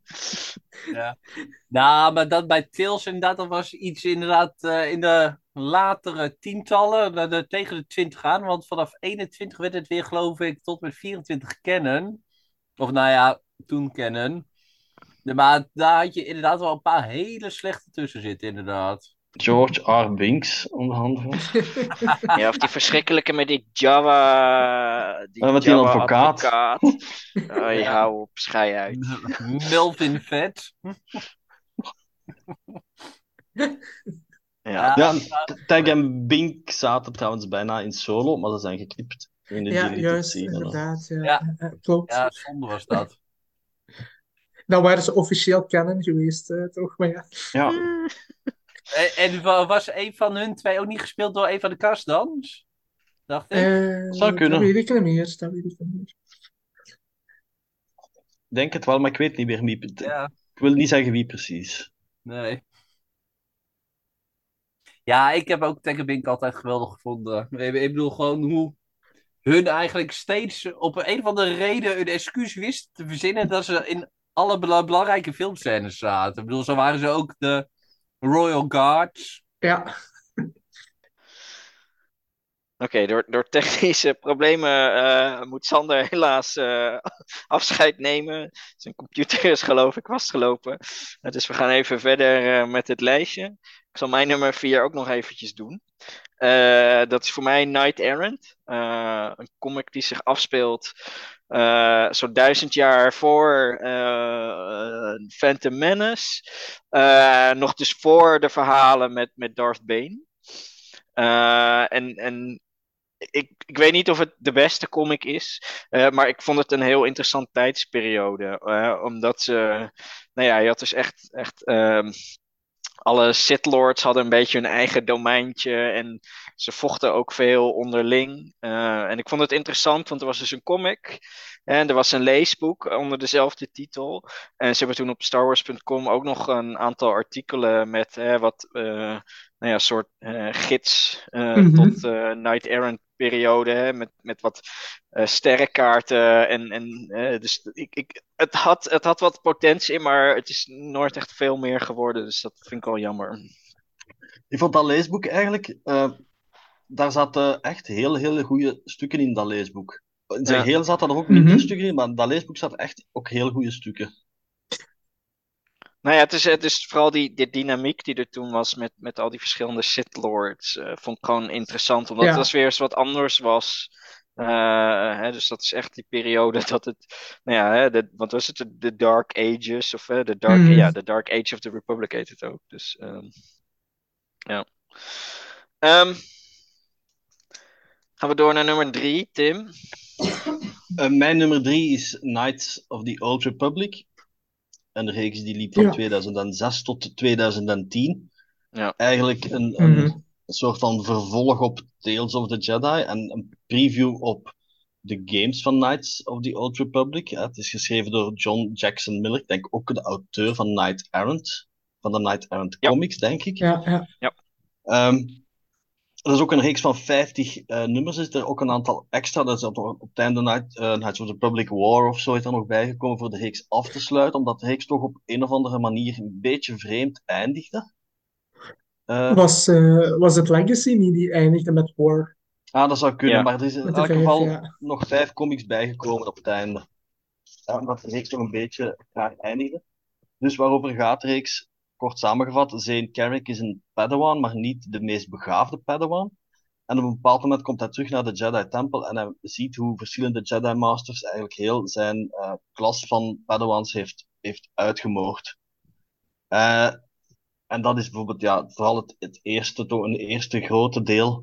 ja. Nou, maar dat bij Tales inderdaad, dat was iets inderdaad uh, in de latere tientallen, de, de, tegen de twintig aan. Want vanaf eenentwintig werd het weer, geloof ik, tot met vierentwintig kennen. Of nou ja, toen kennen. De, maar daar had je inderdaad wel een paar hele slechte tussen zitten, inderdaad. George R. Winks, onder andere. Ja, of die verschrikkelijke met die Java. Die En met die Java advocaat. advocaat. Oh, je Ja. hou op, schei uit. Melvin Vet. Ja. Ja, Tag en Bink zaten trouwens bijna in solo, maar ze zijn geknipt in de Ja, deleted juist, scene. inderdaad. Ja, Ja. ja, klopt. Ja, zonde was dat. Dan waren ze officieel canon geweest, uh, toch? Maar ja. Ja. En, en was een van hun twee ook niet gespeeld door een van de Kastdans? Dacht ik. Uh, Zou kunnen. Dat weet ik niet meer. Dat weet ik niet meer. Denk het wel, maar ik weet niet meer wie. Ja. Ik wil niet zeggen wie precies. Nee. Ja, ik heb ook Tekken altijd geweldig gevonden. Ik bedoel gewoon hoe hun eigenlijk steeds op een of andere reden een excuus wisten te verzinnen dat ze in alle belangrijke filmscènes zaten. Ik bedoel, zo waren ze ook de Royal Guards. Ja. Oké, okay, door, door technische problemen uh, moet Sander helaas uh, afscheid nemen. Zijn computer is geloof ik vastgelopen. Uh, dus we gaan even verder uh, met het lijstje. Ik zal mijn nummer vier ook nog eventjes doen. Uh, dat is voor mij Knight Errant. Uh, een comic die zich afspeelt uh, zo'n duizend jaar voor uh, Phantom Menace. Uh, nog dus voor de verhalen met, met Darth Bane. Uh, en, en ik, ik weet niet of het de beste comic is, uh, maar ik vond het een heel interessant tijdsperiode. Uh, omdat ze, nou ja, je had dus echt, echt um, alle Sith Lords hadden een beetje hun eigen domeintje en ze vochten ook veel onderling. Uh, en ik vond het interessant, want er was dus een comic en er was een leesboek onder dezelfde titel. En ze hebben toen op Star Wars punt com ook nog een aantal artikelen met uh, wat, uh, nou ja, soort uh, gids uh, Mhm. tot uh, Knight Errant periode, hè, met, met wat uh, sterrenkaarten. En, en, uh, dus ik, ik, het, had, het had wat potentie, maar het is nooit echt veel meer geworden. Dus dat vind ik wel jammer. Ik vond dat leesboek eigenlijk, uh, daar zaten echt heel, hele goede stukken in dat leesboek. In zijn Ja. geheel zaten er ook minder Mhm. stukken in, maar in dat leesboek zaten echt ook heel goede stukken. Nou ja, het is, het is vooral die, die dynamiek die er toen was met, met al die verschillende Sith Lords. Uh, vond ik gewoon interessant, omdat Ja. het was weer eens wat anders was. Uh, hè, dus dat is echt die periode dat het, nou ja, hè, de, wat was het, de, de Dark Ages, of uh, de Dark, Mhm. ja, de Dark Age of the Republic heet het ook. Dus um, ja. Um, gaan we door naar nummer drie, Tim? Uh, mijn nummer drie is Knights of the Old Republic. Een reeks die liep van Ja. tweeduizend zes tot tweeduizend tien. Ja. Eigenlijk een, een, Mhm. een soort van vervolg op Tales of the Jedi en een preview op de games van Knights of the Old Republic. Ja, het is geschreven door John Jackson Miller, ik denk ook de auteur van Knight Errant, van de Knight Errant Ja. comics, denk ik. Ja, ja. Ja. Um, er is ook een reeks van vijftig uh, nummers, is er ook een aantal extra. Dat is op, op het einde Night, uh, Knights of the Republic War of zo is er nog bijgekomen voor de reeks af te sluiten, omdat de reeks toch op een of andere manier een beetje vreemd eindigde. Uh, Was, uh, was het Legacy niet die eindigde met War? Ah, dat zou kunnen, Ja. maar er is in Met de elk vijf, geval ja. nog vijf comics bijgekomen op het einde. Ja, omdat de reeks toch een beetje graag eindigde. Dus waarover gaat de reeks? Kort samengevat, Zane Carrick is een Padawan, maar niet de meest begaafde Padawan. En op een bepaald moment komt hij terug naar de Jedi Tempel en hij ziet hoe verschillende Jedi Masters eigenlijk heel zijn uh, klas van Padawans heeft, heeft uitgemoord. Uh, en dat is bijvoorbeeld ja, vooral het, het eerste, toch een eerste grote deel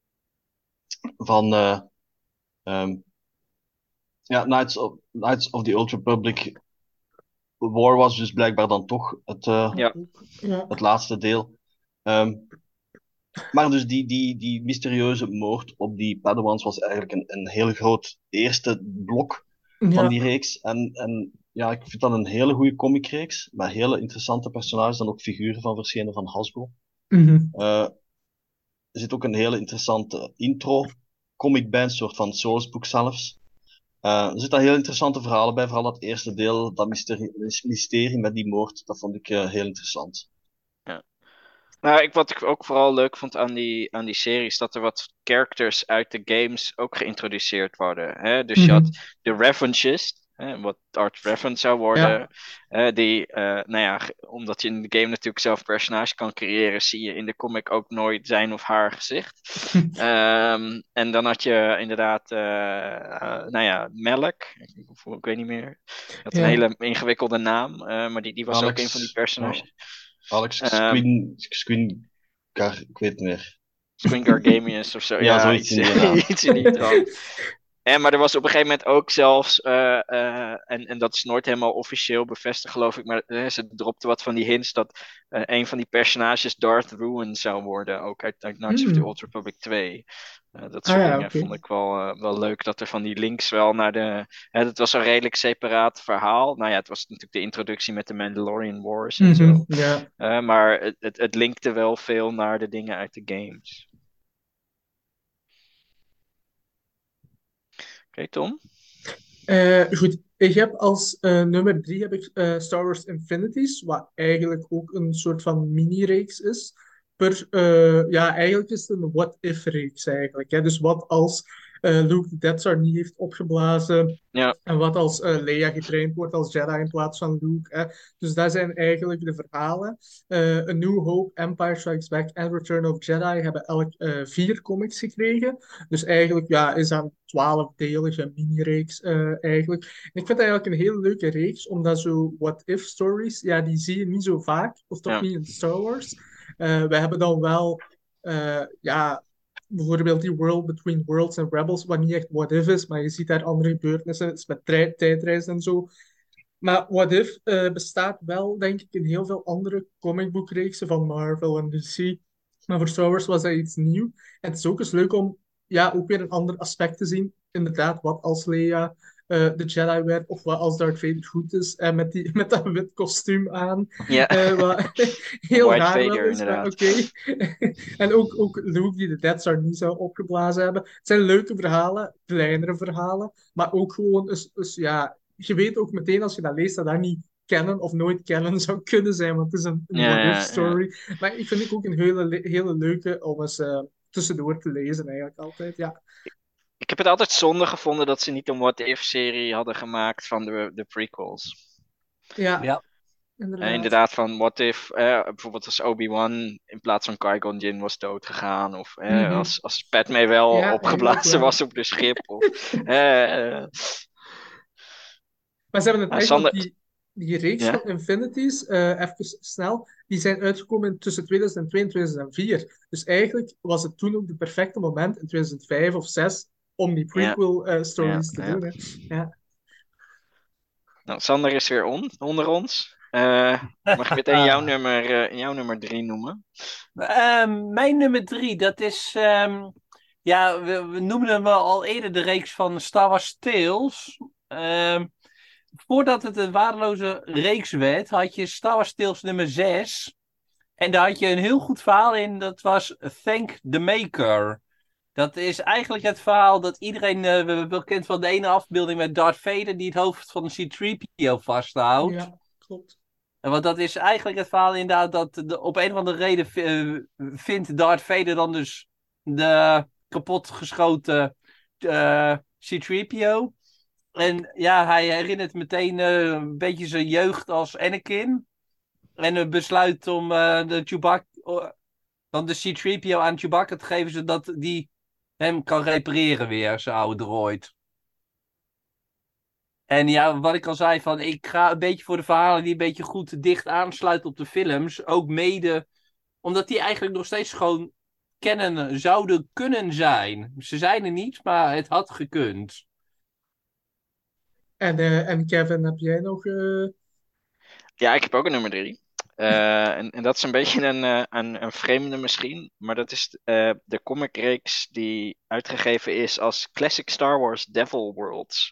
van uh, um, ja, Knights of, Knights of the Old Republic. War was dus blijkbaar dan toch het, uh, Ja. Ja. het laatste deel. Um, maar dus die, die, die mysterieuze moord op die Padawans was eigenlijk een, een heel groot eerste blok van Ja. die reeks. En, en ja, ik vind dat een hele goede comicreeks, met hele interessante personages en ook figuren van verschillende van Hasbro. Mhm. Uh, er zit ook een hele interessante intro, comic bij, een soort van sourcebook zelfs. Uh, er zitten heel interessante verhalen bij, vooral dat eerste deel, dat mysterie, mysterie met die moord, dat vond ik uh, heel interessant. Ja. Nou, ik, wat ik ook vooral leuk vond aan die, aan die serie is dat er wat characters uit de games ook geïntroduceerd worden. Hè? Dus je Mhm. had de Revanchist, hè, wat Art Revan zou worden. Ja. Hè, die, uh, nou ja, omdat je in de game natuurlijk zelf personage kan creëren, zie je in de comic ook nooit zijn of haar gezicht. um, en dan had je inderdaad, uh, uh, nou ja, Melk. Ik, ik weet niet meer. Die had Ja. een hele ingewikkelde naam, uh, maar die, die was Alex, ook een van die personages. Oh. Alex Um, Squin, Squin, Gar, ik weet het niet meer. Squingargamius of zo. Ja, Ja, zoiets iets, in die naam. iets in die trant. En, maar er was op een gegeven moment ook zelfs, uh, uh, en, en dat is nooit helemaal officieel bevestigd geloof ik, maar uh, ze dropte wat van die hints dat uh, een van die personages Darth Ruin zou worden, ook uit, uit Knights Mm. of the Old Republic twee. Uh, dat soort Ah, ja, dingen okay. vond ik wel, uh, wel leuk, dat er van die links wel naar de... Hè, het was een redelijk separaat verhaal. Nou ja, het was natuurlijk de introductie met de Mandalorian Wars en Mm-hmm. zo. Ja. Uh, maar het, het, het linkte wel veel naar de dingen uit de games. Oké, okay, Tom? Uh, goed, ik heb als uh, nummer drie heb ik uh, Star Wars Infinities, wat eigenlijk ook een soort van mini-reeks is. Per, uh, ja, eigenlijk is het een what-if-reeks eigenlijk. Hè? Dus wat als uh, Luke de Death Star niet heeft opgeblazen Ja. en wat als uh, Leia getraind wordt als Jedi in plaats van Luke. Hè? Dus dat zijn eigenlijk de verhalen. Uh, A New Hope, Empire Strikes Back en Return of Jedi hebben elk uh, vier comics gekregen. Dus eigenlijk ja, is dat een twaalfdelige mini-reeks uh, eigenlijk. En ik vind het eigenlijk een heel leuke reeks, omdat zo what-if stories, ja, die zie je niet zo vaak, of toch Ja. niet in Star Wars. Uh, we hebben dan wel, uh, ja, bijvoorbeeld die World Between Worlds en Rebels, wat niet echt What If is, maar je ziet daar andere gebeurtenissen, het is met trei- tijdreizen en zo. Maar What If eh, bestaat wel, denk ik, in heel veel andere comicboekreeksen van Marvel en D C. Maar voor Star Wars was dat iets nieuw. En het is ook eens leuk om ja, ook weer een ander aspect te zien. Inderdaad, wat als Leia eh, de Jedi werd, of wat als Darth Vader goed is, en met, die, met dat wit kostuum aan. Ja, Eh, wat heel White raar wel Vader is, maar inderdaad. oké. En ook, ook Luke die de Death Star niet zou opgeblazen hebben. Het zijn leuke verhalen, kleinere verhalen, maar ook gewoon, eens, eens, ja, je weet ook meteen als je dat leest dat dat niet kennen of nooit kennen zou kunnen zijn, want het is een, een Ja, what-if ja, ja. story. Maar ik vind het ook een hele, le- hele leuke om eens eh, tussendoor te lezen, eigenlijk altijd. Ja, Ik heb het altijd zonde gevonden dat ze niet een What If-serie hadden gemaakt van de, de prequels. ja, Ja. Eh, inderdaad. inderdaad, van What If, eh, bijvoorbeeld als Obi-Wan in plaats van Qui-Gon Jinn was doodgegaan. Of eh, Mhm. als, als Padme wel Ja, eigenlijk opgeblazen wel. was op de schip. Of, eh, eh. Maar ze hebben het Ah, echt, want Sander, die, die reeks ja? van Infinities, eh even snel, die zijn uitgekomen tussen tweeduizend twee en tweeduizend vier. Dus eigenlijk was het toen ook het perfecte moment, in tweeduizend vijf of zes, om die Ja, prequel eh, ja, stories te ja. doen. Hè. Ja. Nou, Sander is weer on, onder ons. Eh, mag je meteen jouw nummer, eh, jouw nummer drie noemen? Ehm, mijn nummer drie, dat is. ehm, ja, we, we noemden hem al eerder de reeks van Star Wars Tales. Ehm, voordat het een waardeloze reeks werd, had je Star Wars Tales nummer zes. En daar had je een heel goed verhaal in, dat was Thank the Maker. Dat is eigenlijk het verhaal dat iedereen eh, wel wel kent van de ene afbeelding met Darth Vader, die het hoofd van C drie P O vasthoudt. Ja, klopt. En Want dat is eigenlijk het verhaal inderdaad dat de, op een of andere reden eh, vindt Darth Vader dan dus de kapotgeschoten eh C drie P O. En ja, hij herinnert meteen eh, een beetje zijn jeugd als Anakin. En eh, besluit om eh, de Chewbacca, dan de C drie P O aan Chewbacca te geven, zodat die hem kan repareren weer, zijn oude droid. En ja, wat ik al zei, van ik ga een beetje voor de verhalen die een beetje goed dicht aansluiten op de films. Ook mede omdat die eigenlijk nog steeds gewoon kennen zouden kunnen zijn. Ze zijn er niet, maar het had gekund. En, eh, en Kevin, heb jij nog... eh, Ja, ik heb ook een nummer drie. Eh, en, en dat is een beetje een, eh, een, een vreemde misschien, maar dat is eh, de comicreeks die uitgegeven is als Classic Star Wars Devil Worlds.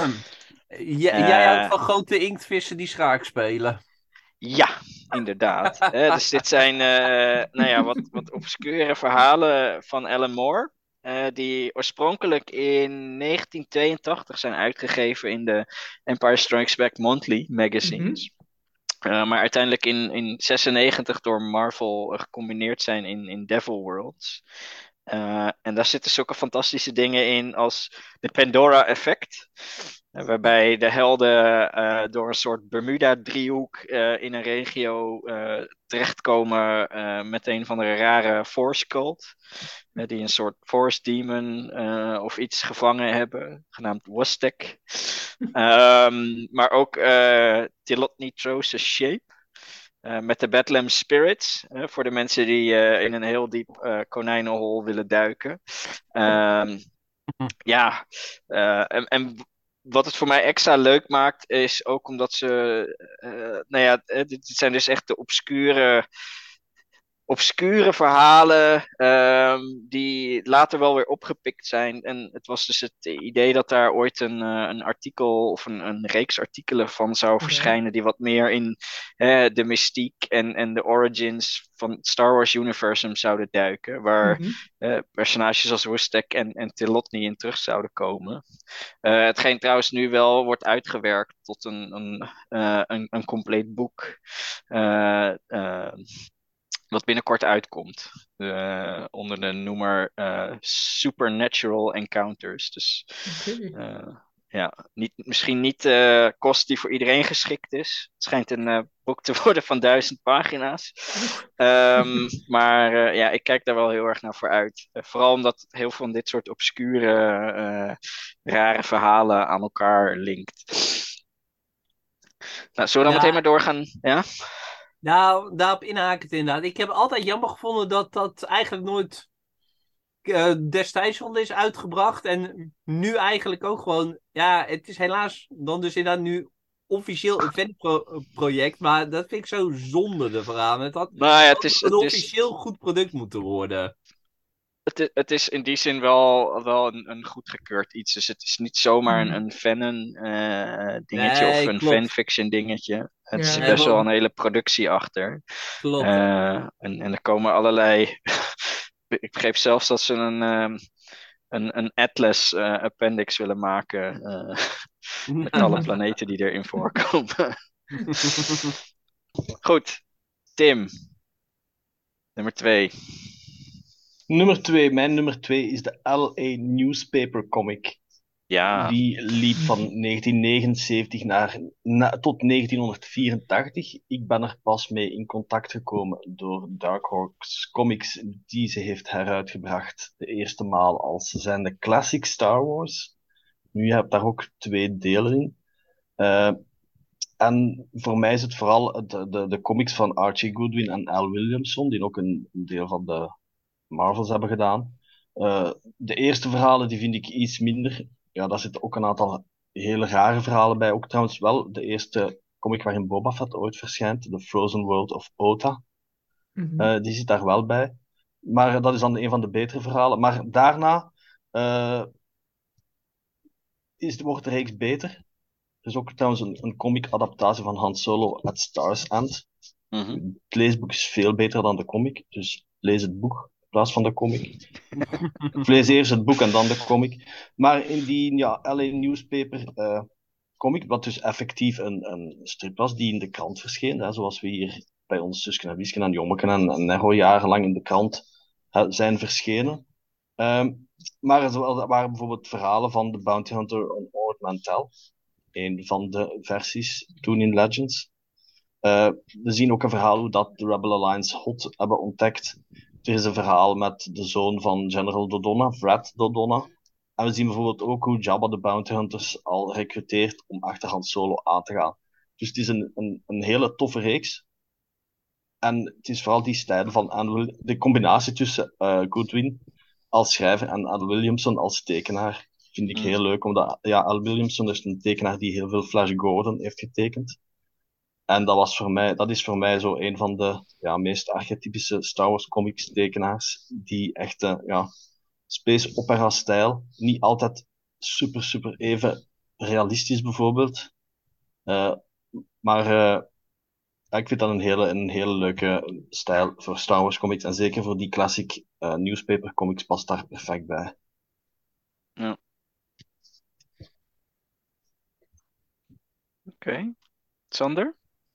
J- jij houdt Eh, van grote inktvissen die schaak spelen. ja, inderdaad. Eh, dus dit zijn eh, nou ja, wat, wat obscure verhalen van Alan Moore. eh, die oorspronkelijk in negentien tweeëntachtig zijn uitgegeven in de Empire Strikes Back Monthly magazines. Uh, maar uiteindelijk in, in zesennegentig door Marvel uh, gecombineerd zijn in, in Devil Worlds. Uh, en daar zitten zulke fantastische dingen in als de Pandora-effect. Uh, waarbij de helden uh, door een soort Bermuda-driehoek uh, in een regio uh, terechtkomen uh, met een van de rare Force cult. Uh, die een soort Force demon uh, of iets gevangen hebben, genaamd Wostek. Um, maar ook uh, Tilotny Tro's Shape. Uh, met de Bethlehem Spirits. Uh, voor de mensen die uh, in een heel diep uh, konijnenhol willen duiken. Um, ja, uh, en, en wat het voor mij extra leuk maakt, is ook omdat ze. Uh, nou ja, dit, dit zijn dus echt de obscure. obscure verhalen um, die later wel weer opgepikt zijn. En het was dus het idee dat daar ooit een, uh, een artikel of een, een reeks artikelen van zou Ja. verschijnen die wat meer in uh, de mystiek en, en de origins van het Star Wars universum zouden duiken. Waar Mhm. uh, personages als Wustek en, en Tilotny in terug zouden komen. Uh, hetgeen trouwens nu wel wordt uitgewerkt tot een, een, uh, een, een compleet boek. Uh, uh, wat binnenkort uitkomt. Uh, onder de noemer uh, Supernatural Encounters. Dus Oké. uh, ja, niet, misschien niet uh, kost die voor iedereen geschikt is. Het schijnt een uh, boek te worden van duizend pagina's. Um, maar uh, ja, ik kijk daar wel heel erg naar voor uit. Uh, vooral omdat heel veel van dit soort obscure, uh, rare verhalen aan elkaar linkt. Nou, zullen we dan Ja. meteen maar doorgaan? Ja? Nou, daarop inhakend inderdaad. Ik heb altijd jammer gevonden dat dat eigenlijk nooit uh, destijds al is uitgebracht. En nu eigenlijk ook gewoon... Ja, het is helaas dan dus inderdaad nu officieel een fanproject. Maar dat vind ik zo zonde ervan. Het had, Nou ja, het het had is, een het is, officieel goed product moeten worden. het, i- het is in die zin wel, wel een, een goedgekeurd iets. Dus het is niet zomaar een, Mhm. een fanon eh, dingetje of Nee, een klopt. fanfiction dingetje. Het Ja, zit Nee, best wel want, een hele productie achter. klopt. Eh, en, en er komen allerlei. Ik begreep zelfs dat ze een, ehm, een, een Atlas eh, appendix willen maken. eh, met alle planeten die erin voorkomen. Goed, Tim, nummer twee. Nummer twee, mijn nummer twee is de L A Newspaper Comic. Ja, Die liep van negentien negenenzeventig naar, na, tot negentien vierentachtig. Ik ben er pas mee in contact gekomen door Dark Horse Comics, die ze heeft heruitgebracht. De eerste maal als zijnde Classic Star Wars. Nu heb je daar ook twee delen in. Uh, en voor mij is het vooral de, de, de comics van Archie Goodwin en Al Williamson, die ook een deel van de Marvels hebben gedaan. Uh, de eerste verhalen die vind ik iets minder. Ja, daar zitten ook een aantal hele rare verhalen bij. Ook trouwens wel de eerste comic waarin Boba Fett ooit verschijnt, The Frozen World of Ota. Mhm. Uh, die zit daar wel bij. Maar uh, dat is dan een van de betere verhalen. Maar daarna uh, is, wordt de reeks beter. Er is ook trouwens een, een comic-adaptatie van Han Solo at Star's End. mhm. Het leesboek is veel beter dan de comic, dus lees het boek in plaats van de comic. Ik lees eerst het boek en dan de comic. Maar in die ja, L A Newspaper uh, comic, wat dus effectief een, een strip was die in de krant verscheen, hè, zoals we hier bij ons Susken en Wiesken en Jommeke en, en Nerro jarenlang in de krant hè, zijn verschenen. Um, maar er waren bijvoorbeeld verhalen van The Bounty Hunter on Ord Mantell, een van de versies toen in Legends. Uh, we zien ook een verhaal hoe dat de Rebel Alliance Hot hebben ontdekt. Er is een verhaal met de zoon van General Dodonna, Vrad Dodonna. En we zien bijvoorbeeld ook hoe Jabba de Bounty Hunters al recruteert om achter Han Solo aan te gaan. Dus het is een, een, een hele toffe reeks. En het is vooral die stijl van Anne, de combinatie tussen uh, Goodwin als schrijver en Al Williamson als tekenaar vind ik heel leuk. Omdat ja, Al Williamson is een tekenaar die heel veel Flash Gordon heeft getekend. En dat, was voor mij, dat is voor mij zo een van de ja, meest archetypische Star Wars comics tekenaars. Die echt uh, ja, space opera stijl. Niet altijd super, super even realistisch bijvoorbeeld. Uh, maar uh, ik vind dat een hele, een hele leuke stijl voor Star Wars comics. En zeker voor die classic uh, newspaper comics past daar perfect bij. Ja. Oké. Okay. Sander?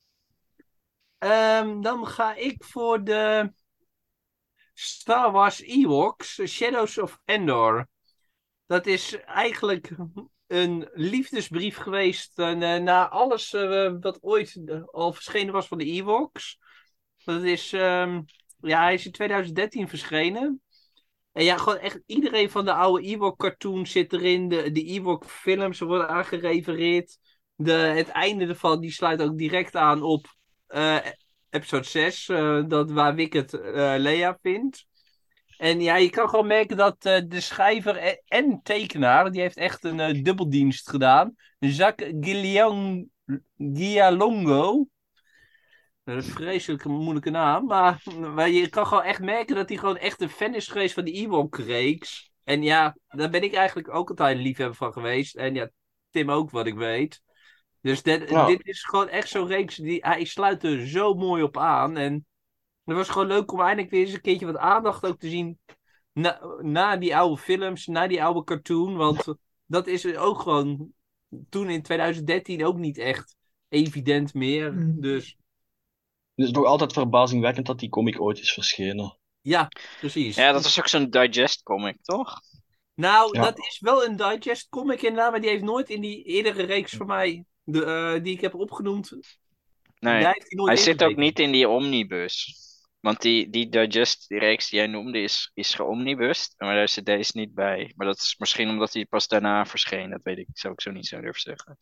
Um, dan ga ik voor de Star Wars Ewoks, Shadows of Endor. Dat is eigenlijk een liefdesbrief geweest uh, na alles uh, wat ooit uh, al verschenen was van de Ewoks. Dat is, um, ja, hij is in twintig dertien verschenen. En ja, gewoon echt iedereen van de oude Ewok cartoons zit erin. De, de Ewok films worden aangerefereerd. De, het einde ervan, die sluit ook direct aan op uh, episode zes. Uh, dat, waar Wicket uh, Leia vindt. En ja, je kan gewoon merken dat uh, de schrijver en, en tekenaar, die heeft echt een uh, dubbeldienst gedaan. Jacques Guillaume Gialongo. Dat is een vreselijke moeilijke naam. Maar, maar je kan gewoon echt merken dat hij gewoon echt een fan is geweest van die Ewok-reeks. En ja, daar ben ik eigenlijk ook altijd een liefhebber van geweest. En ja, Tim ook, wat ik weet. Dus dit, Ja. dit is gewoon echt zo'n reeks, die, hij sluit er zo mooi op aan. En het was gewoon leuk om eindelijk weer eens een keertje wat aandacht ook te zien na, na die oude films, na die oude cartoon. Want dat is ook gewoon toen in twintig dertien ook niet echt evident meer. Mm. Dus Het is nog altijd verbazingwekkend dat die comic ooit is verschenen. ja, precies. Ja, dat was ook zo'n digest comic, toch? Nou, Ja. dat is wel een digest comic inderdaad, maar die heeft nooit in die eerdere reeks van mij, de, uh, die ik heb opgenoemd, Nee, daar heeft hij nooit hij in zit ook gezeten. niet in die omnibus. Want die, die digest, die reeks die jij noemde, is, is geomnibust. Maar daar zit deze niet bij. Maar dat is misschien omdat hij pas daarna verscheen. Dat weet ik, zou ik zo niet zo durven zeggen.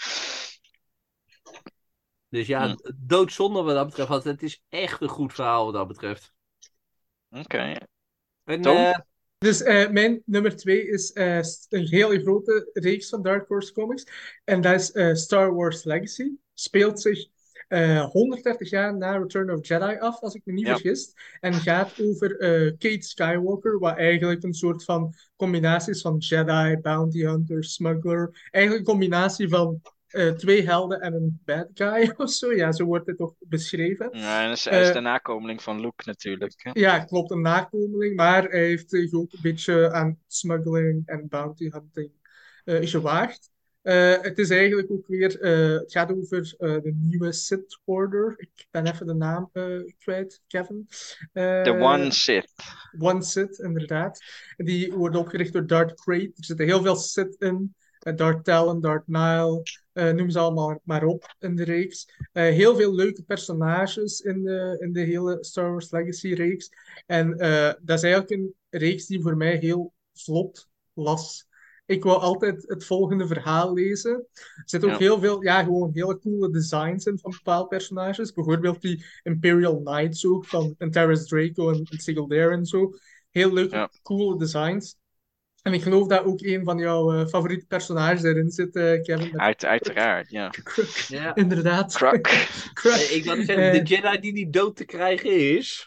Dus ja, Hm. doodzonde wat dat betreft, want het is echt een goed verhaal wat dat betreft. Oké. En Tom? uh, Dus eh, mijn nummer twee is eh, een hele grote reeks van Dark Horse Comics. En dat is eh, Star Wars Legacy. Speelt zich eh, honderddertig jaar na Return of Jedi af, als ik me niet Ja. vergis. En gaat over eh, Kate Skywalker, wat eigenlijk een soort van combinatie is van Jedi, Bounty Hunter, Smuggler. Eigenlijk een combinatie van eh, twee helden en een bad guy of zo. Ja, zo wordt het toch beschreven. Ja, en hij is, hij is Eh, de nakomeling van Luke natuurlijk. Hè? ja, klopt, een nakomeling, maar hij heeft zich ook een beetje aan smuggling en bounty hunting eh, gewaagd. Eh, het is eigenlijk ook weer, eh, het gaat over eh, de nieuwe Sith Order. Ik ben even de naam eh, kwijt, Kevin. The Eh, One Sith. One Sith, inderdaad. Die wordt opgericht door Darth Krayt. Er zitten heel veel Sith in. Uh, Darth Talon, Darth Nihil, uh, noem ze allemaal maar op in de reeks. Uh, heel veel leuke personages in de, in de hele Star Wars Legacy reeks. En uh, dat is eigenlijk een reeks die voor mij heel vlot las. Ik wil altijd het volgende verhaal lezen. Er zitten ook Ja. heel veel, ja, gewoon hele coole designs in van bepaalde personages. Bijvoorbeeld die Imperial Knights ook, van Terrace Draco en, en Sigil en zo. Heel leuke, Ja. coole designs. En ik geloof dat ook een van jouw uh, favoriete personages erin zit, uh, Kevin. Met Uit, uiteraard, ja. Kruk. Ja. Inderdaad. Kruk. Kruk. Eh, Ik wou zeggen, Eh, de Jedi die niet dood te krijgen is.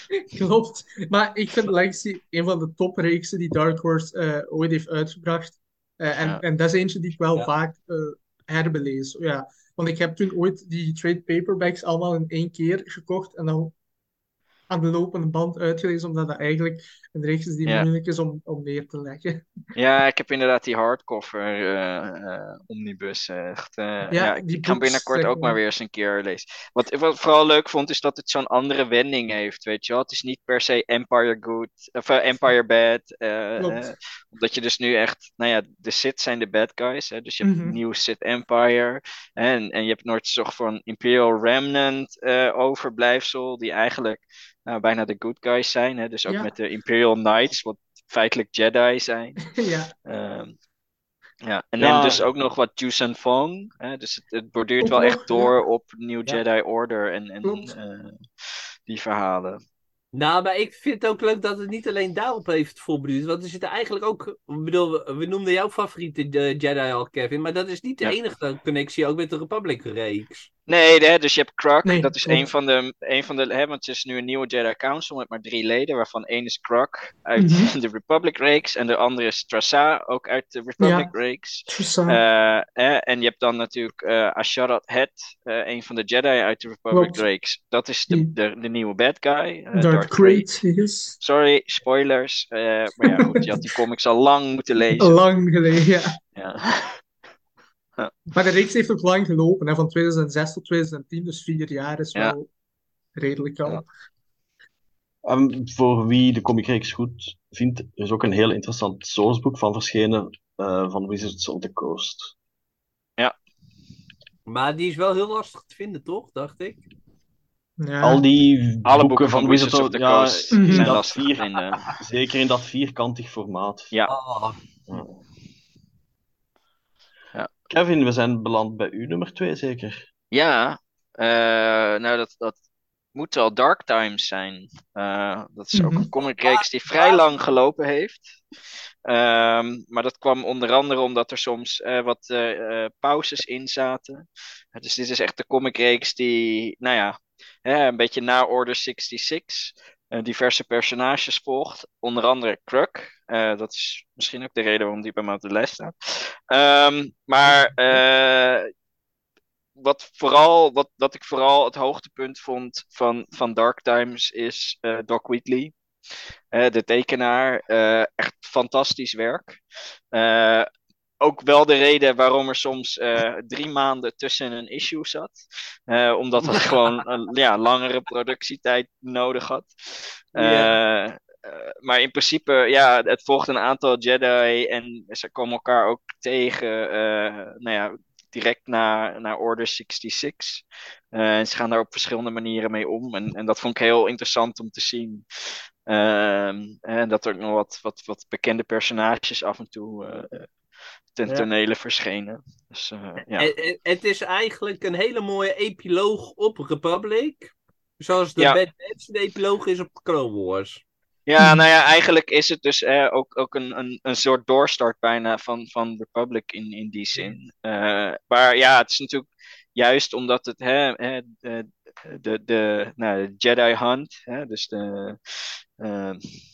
Klopt. Maar ik vind Legacy een van de topreeksen die Dark Horse uh, ooit heeft uitgebracht. Uh, en, Ja. en dat is eentje die ik wel Ja. vaak uh, herbelees. Ja. Want ik heb toen ooit die trade paperbacks allemaal in één keer gekocht en dan aan de lopende band uitgelezen, omdat dat eigenlijk een reeks is die Ja. moeilijk is om, om neer te leggen. Ja, ik heb inderdaad die hardcover eh, eh, omnibus. eh, Echt, eh, ja, Ja, ik, die ik ga books, binnenkort zeg ook maar maar. weer eens een keer lezen. Wat ik wat ik vooral leuk vond, is dat het zo'n andere wending heeft, weet je wel. Het is niet per se Empire good, of uh, Empire bad. eh, Klopt. eh, omdat je dus nu echt, nou ja, de Sith zijn de bad guys. Hè, dus je hebt Mhm. een nieuw Sith Empire. En, en je hebt nooit zorg voor een Imperial Remnant eh, overblijfsel, die eigenlijk nou, bijna de good guys zijn. Hè, dus ook Ja. met de Imperial Knights, wat feitelijk Jedi zijn. Ja, Ehm, ja, en Ja. dan dus ook nog wat Jusan Fong. Hè? Dus het, het borduurt Ook wel nog, echt door ja. op New Ja. Jedi Order en, en Klopt. eh, die verhalen. Nou, maar ik vind het ook leuk dat het niet alleen daarop heeft voorbeduurd. Want er zitten eigenlijk ook. Ik bedoel, we, we noemden jouw favoriete uh, Jedi al, Kevin. Maar dat is niet de Ja. enige connectie ook met de Republic-reeks. Nee, hè, dus je hebt Kruk, Nee, dat is klopt. een van de, een van de, hè, want het is nu een nieuwe Jedi Council met maar drie leden, waarvan één is Kruk uit Mhm. de Republic reeks en de andere is Trassa, ook uit de Republic reeks. Tussen. Eh, hè, en je hebt dan natuurlijk eh Asharat Het, eh, een van de Jedi uit de Republic Klopt. reeks. Dat is de, Die- de, de nieuwe bad guy, eh, Darth Darth Krayt, Krayt. yes. Sorry, spoilers. eh, maar ja, goed, je had die comics al lang moeten lezen. Lang geleden, ja. Ja. Maar de reeks heeft ook lang gelopen, hè, van tweeduizend zes tot tweeduizend tien, dus vier jaar is Ja. wel redelijk al. Ja. En voor wie de comicreeks goed vindt, er is ook een heel interessant sourceboek van verschenen uh, van Wizards of the Coast. Maar die is wel heel lastig te vinden, toch? Dacht ik. Ja. Al die Alle boeken van Wizards of the ja, Coast Mhm. zijn dat lastig te vier, vinden. zeker in dat vierkantig formaat. Ja. Ah, Ja. Ja. Kevin, we zijn beland bij u nummer twee, zeker? Ja, eh, nou dat, dat moet wel Dark Times zijn. Eh, dat is ook Mhm. een comicreeks die vrij lang gelopen heeft. Ehm, maar dat kwam onder andere omdat er soms eh, wat eh, eh, pauzes in zaten. Eh, dus dit is echt de comicreeks die, nou ja, hè, een beetje na Order zesenzestig eh, diverse personages volgt. Onder andere Kruk. Eh, dat is misschien ook de reden waarom die bij mij op de lijst staat. Ehm, maar eh, wat, vooral, wat, wat ik vooral het hoogtepunt vond van, van Dark Times is eh, Doc Wheatley. Uh, de tekenaar. Uh, echt fantastisch werk. Uh, ook wel de reden waarom er soms uh, drie maanden tussen een issue zat. Uh, omdat het gewoon een ja, langere productietijd nodig had. Uh, yeah. uh, maar in principe, ja, het volgt een aantal Jedi en ze komen elkaar ook tegen. Uh, nou ja, direct na, na Order zesenzestig. Uh, en ze gaan daar op verschillende manieren mee om. En, en dat vond ik heel interessant om te zien. Uh, en dat er nog wat, wat, wat bekende personages af en toe uh, ten ja. tonele verschenen. Dus, uh, ja. het, het is eigenlijk een hele mooie epiloog op Republic. Zoals de ja. Bad Batch de epiloog is op Clone Wars. Ja, nou ja, eigenlijk is het dus eh, ook, ook een, een, een soort doorstart bijna van, van Republic in, in die zin. Eh, maar ja, het is natuurlijk juist omdat het hè, hè, de, de, de, nou, de Jedi Hunt, hè, dus de, eh,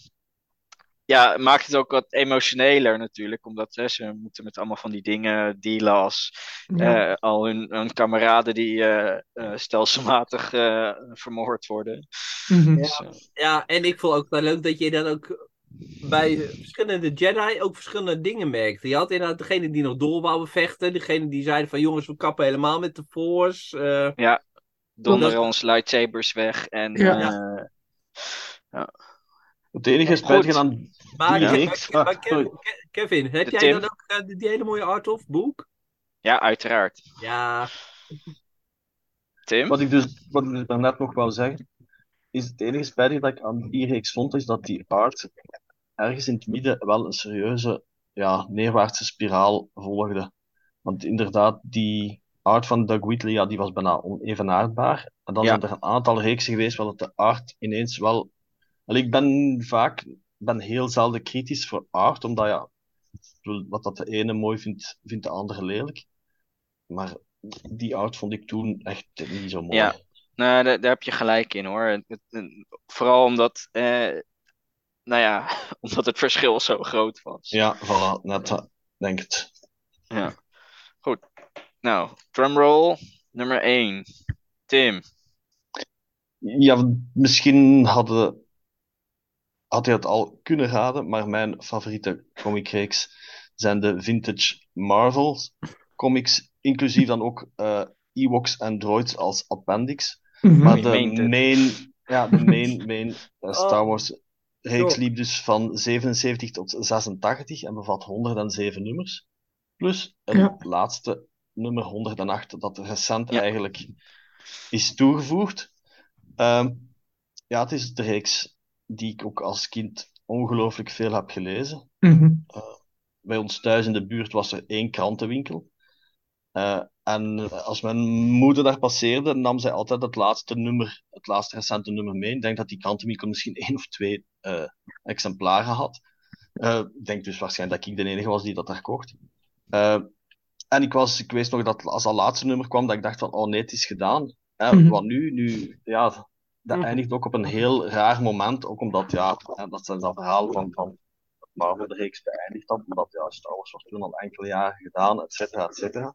ja, maakt het ook wat emotioneler natuurlijk, omdat hè, ze moeten met allemaal van die dingen dealen als Ja. eh, al hun, hun kameraden die eh, eh, stelselmatig eh, vermoord worden. Mhm. Dus, Ja, eh, ja, en ik vond ook wel leuk dat je dan ook bij verschillende Jedi ook verschillende dingen merkte. Je had inderdaad degene die nog door wou vechten, degene die zeiden van jongens, we kappen helemaal met de Force. eh, ja, donderen dat, ons lightsabers weg en Ja. ja, eh, ja. Het enige spijtige Goed. aan maar, die Ja, Ke- maar, reeks... Ke- Ah, maar Ke- sorry. Ke- Kevin, heb de jij dan Tim. ook eh, die, die hele mooie art of boek? Ja, uiteraard. Ja, Tim? Wat ik dus, wat ik dus daarnet nog wou zeggen, is het enige spijtige dat ik aan die reeks vond, is dat die art ergens in het midden wel een serieuze ja, neerwaartse spiraal volgde. Want inderdaad, die art van Doug Wheatley, ja, die was bijna onevenaardbaar. En dan Ja, zijn er een aantal reeksen geweest waar dat de art ineens wel... Wel, ik ben vaak ben heel zelden kritisch voor art, omdat ja, ik bedoel, wat dat de ene mooi vindt, vindt de andere lelijk. Maar die art vond ik toen echt niet zo mooi. ja. Nou, daar, daar heb je gelijk in hoor. Het- het- het- vooral omdat, eh, nou ja, omdat het verschil zo groot was. Ja, voilà, net dat, denk het. Ja, goed. Nou, drumroll nummer één. Tim. Ja, misschien hadden, had hij het al kunnen raden, maar mijn favoriete comicreeks zijn de vintage Marvel comics, inclusief dan ook eh, Ewoks en droids als appendix. Mhm. Maar Je de meent het. main, ja, de main, main eh, Star oh, Wars reeks liep dus van zevenenzeventig tot zesentachtig en bevat honderdzeven nummers. Plus een Ja. laatste nummer honderdacht dat recent Ja, eigenlijk is toegevoegd. Ehm, ja, het is de reeks die ik ook als kind ongelooflijk veel heb gelezen. Mhm. Eh, bij ons thuis in de buurt was er één krantenwinkel. Eh, en eh, als mijn moeder daar passeerde, nam zij altijd het laatste nummer, het laatste recente nummer mee. Ik denk dat die krantenwinkel misschien één of twee eh, exemplaren had. Eh, ik denk dus waarschijnlijk dat ik de enige was die dat daar kocht. Eh, en ik, was, ik wist nog dat als dat laatste nummer kwam, dat ik dacht van, oh nee, het is gedaan. Eh, Mhm. wat nu? Nu, ja, dat eindigt ook op een heel raar moment. Ook omdat, ja, eh, dat zijn dat verhaal van, van Marvel de reeks beëindigd had. Omdat, ja, Star Wars was toen al enkele jaren gedaan, et cetera, et cetera.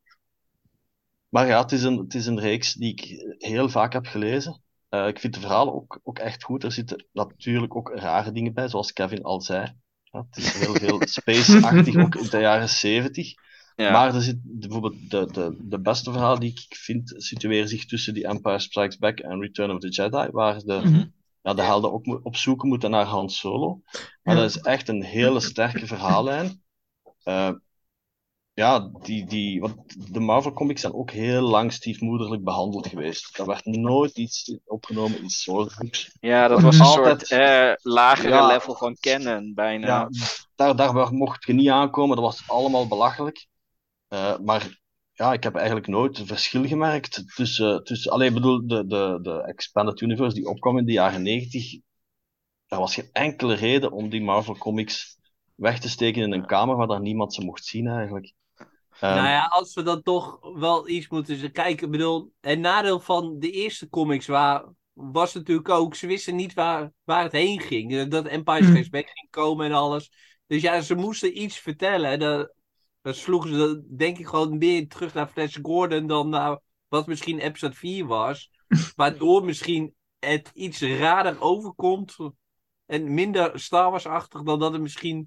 Maar ja, het is een, het is een reeks die ik heel vaak heb gelezen. Eh, ik vind de verhalen ook, ook echt goed. Er zitten natuurlijk ook rare dingen bij, zoals Kevin al zei. Ja, het is heel veel space-achtig, ook in de jaren zeventig. ja. Maar er zit bijvoorbeeld de, de, de beste verhalen die ik vind, situeren zich tussen The Empire Strikes Back en Return of the Jedi, waar de, Mhm. ja, de helden ook mo- op zoek moeten naar Han Solo. Maar dat Ja. is echt een hele sterke verhaallijn. Eh, ja, die, die, want de Marvel comics zijn ook heel lang stiefmoederlijk behandeld geweest. Er werd nooit iets opgenomen in source books. Ja, Het dat was was een altijd, soort eh, lagere ja, level van canon bijna. ja, daar, daar mocht je niet aankomen. Dat was allemaal belachelijk. Eh, maar ja, ik heb eigenlijk nooit een verschil gemerkt tussen, tussen alleen ik bedoel, de, de, de Expanded Universe die opkwam in de jaren negentig. Er was geen enkele reden om die Marvel comics weg te steken in een kamer waar daar niemand ze mocht zien eigenlijk. nou Ehm, ja, als we dan toch wel iets moeten z- kijken. Ik bedoel, het nadeel van de eerste comics waar, was natuurlijk ook, ze wisten niet waar, waar het heen ging. Eh, Dat Empire Strikes Mhm. Back ging komen en alles. Dus ja, ze moesten iets vertellen. En dan, dan sloegen ze, dat, denk ik, gewoon meer terug naar Flash Gordon dan naar wat misschien episode vier was. Waardoor misschien het iets raarder overkomt en minder Star Wars-achtig dan dat het misschien...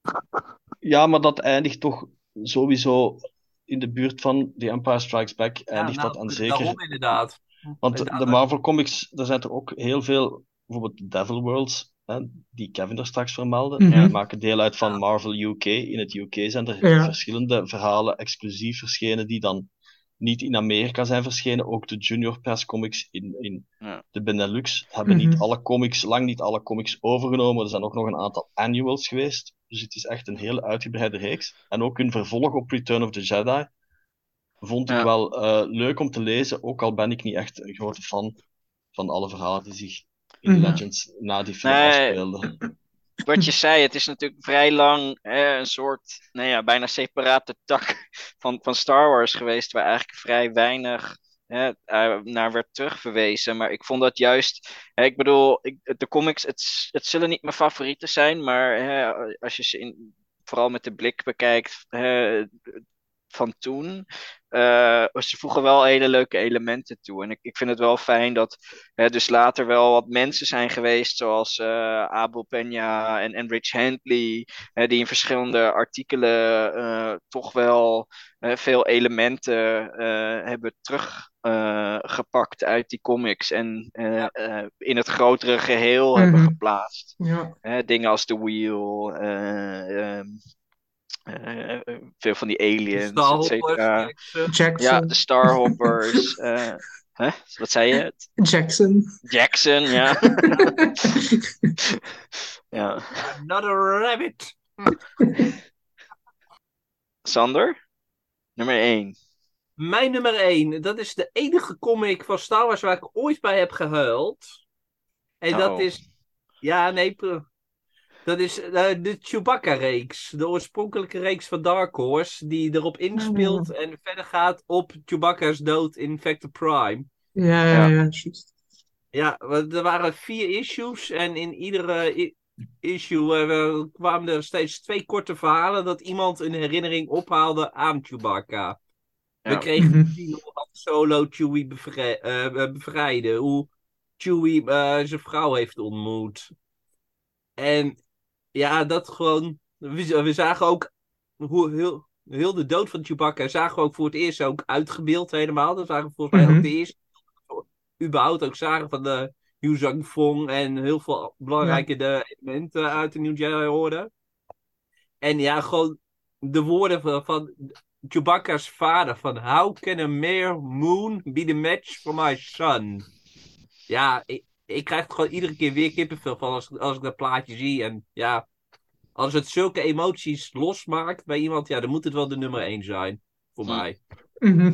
Ja, maar dat eindigt toch sowieso in de buurt van The Empire Strikes Back. Ja, Eindigt dat nou, en daarom zeker. inderdaad. Want En de da- Marvel Comics, er zijn er ook heel veel, bijvoorbeeld Devil Worlds, hè, die Kevin er straks vermeldde, Mhm. die maken deel uit van Marvel U K. In het U K zijn er Ja. verschillende verhalen exclusief verschenen die dan niet in Amerika zijn verschenen. Ook de Junior Press comics in, in Ja. de Benelux hebben niet Mhm. alle comics, lang niet alle comics overgenomen. Er zijn ook nog een aantal annuals geweest. Dus het is echt een heel uitgebreide reeks. En ook hun vervolg op Return of the Jedi vond ik Ja. wel eh, leuk om te lezen, ook al ben ik niet echt een grote fan van alle verhalen die zich in Mhm. Legends na die film Nee. afspeelde. Wat je zei, het is natuurlijk vrij lang hè, een soort, nou ja, bijna separate tak van, van Star Wars geweest, waar eigenlijk vrij weinig hè, eh, naar werd terugverwezen. Maar ik vond dat juist, hè, ik bedoel, ik, de comics, het, s- het zullen niet mijn favorieten zijn, maar hè, als je ze in, vooral met de blik bekijkt hè, van toen, eh, ze voegen wel hele leuke elementen toe. En ik, ik vind het wel fijn dat hè, dus later wel wat mensen zijn geweest, zoals eh, Abel Peña en, en Rich Handley, hè, die in verschillende artikelen eh, toch wel eh, veel elementen eh, hebben teruggepakt uit die comics en eh, eh, in het grotere geheel hebben Mhm. geplaatst. Ja. Hè, dingen als The Wheel, eh, ehm, eh, eh, veel van die De aliens, et Starhoppers, cetera. Jackson. Ja, Jackson. de Starhoppers. eh hè? Wat zei je? Jackson. Jackson, ja. Ja. Another rabbit. Sander, nummer één. Mijn nummer één. Dat is de enige comic van Star Wars waar ik ooit bij heb gehuild. En dat Oh. is... Ja, nee... pro- Dat is eh, de Chewbacca-reeks. De oorspronkelijke reeks van Dark Horse. Die erop inspeelt en verder gaat op Chewbacca's dood in Vector Prime. Ja, ja, Ja. ja, juist. Ja, want er waren vier issues. En in iedere i- issue eh, kwamen er steeds twee korte verhalen. Dat iemand een herinnering ophaalde aan Chewbacca. We Ja. kregen Mhm. te zien hoe Han Solo Chewie bevrij- eh, eh, bevrijdde. Hoe Chewie eh, zijn vrouw heeft ontmoet. En ja, dat gewoon. We, we zagen ook hoe heel, heel de dood van Chewbacca zagen we ook voor het eerst ook uitgebeeld helemaal. Dat waren volgens mij ook de Mhm. eerste überhaupt ook zagen van de Yu Zhang-Fong en heel veel belangrijke de elementen uit de New Jedi Order. En ja, gewoon de woorden van, van Chewbacca's vader van How can a mere moon be the match for my son? Ja, ik, ik krijg er gewoon iedere keer weer kippenvel van als, als ik dat plaatje zie. En ja, als het zulke emoties losmaakt bij iemand, ja, dan moet het wel de nummer één zijn. Voor Hm. mij. Mhm.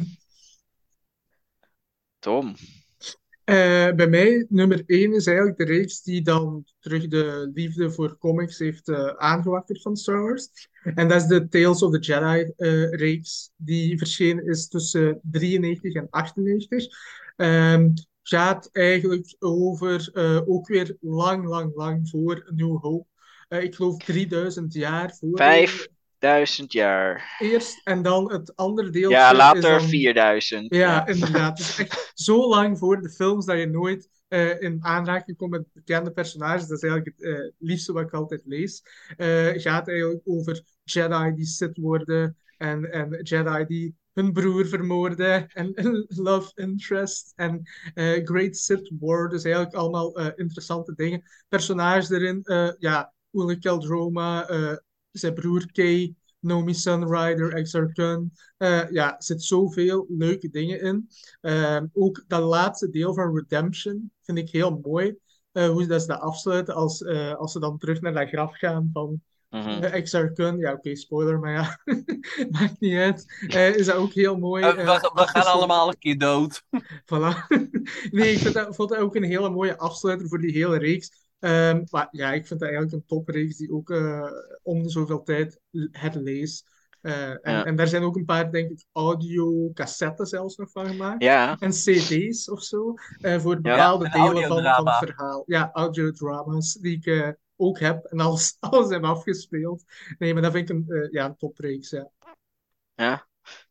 Tom. Eh, bij mij, nummer één is eigenlijk de reeks die dan terug de liefde voor comics heeft eh, aangewakkerd van Star Wars. En dat is de Tales of the Jedi eh, reeks, die verschenen is tussen drieënnegentig en achtennegentig. Ehm gaat eigenlijk over, eh, ook weer lang, lang, lang voor A New Hope. Eh, ik geloof drieduizend jaar voor de, Vijfduizend jaar. eerst. En dan het andere Ja, deeltje is later dan... vierduizend. Ja, Ja. inderdaad. Het is echt zo lang voor de films dat je nooit eh, in aanraking komt met bekende personages. Dat is eigenlijk het eh, liefste wat ik altijd lees. Eh gaat eigenlijk over Jedi die Sith worden en, en Jedi die hun broer vermoorden en een love interest en eh, Great Sith War. Dus eigenlijk allemaal eh, interessante dingen. Personages erin, eh ja, Ulic Qel-Droma, eh zijn broer Kay, Nomi Sunrider, Exar Kun. Eh, ja, er zit zoveel leuke dingen in. Ehm, ook dat laatste deel van Redemption vind ik heel mooi. Eh, hoe dat ze dat afsluiten als, eh, als ze dan terug naar dat graf gaan van Mhm. uh, Exar Kun. Ja, oké, spoiler, maar ja, maakt niet uit. Eh, is dat ook heel mooi Eh, eh, we, we gaan afgesloten. allemaal een keer dood. Voilà. Nee, ik vind dat, vond dat ook een hele mooie afsluiter voor die hele reeks. Ehm, maar ja, ik vind dat eigenlijk een topreeks die ook eh, om de zoveel tijd l- herlees. Eh, en, Ja. en daar zijn ook een paar, denk ik, audio-cassettes zelfs nog van gemaakt. Ja. En cd's of zo, eh, voor Ja. bepaalde een delen van, van audiodrama. het verhaal. Ja, audiodrama's die ik eh, ook heb en alles, alles heb afgespeeld. Nee, maar dat vind ik een, eh, ja, een topreeks, ja. Ja.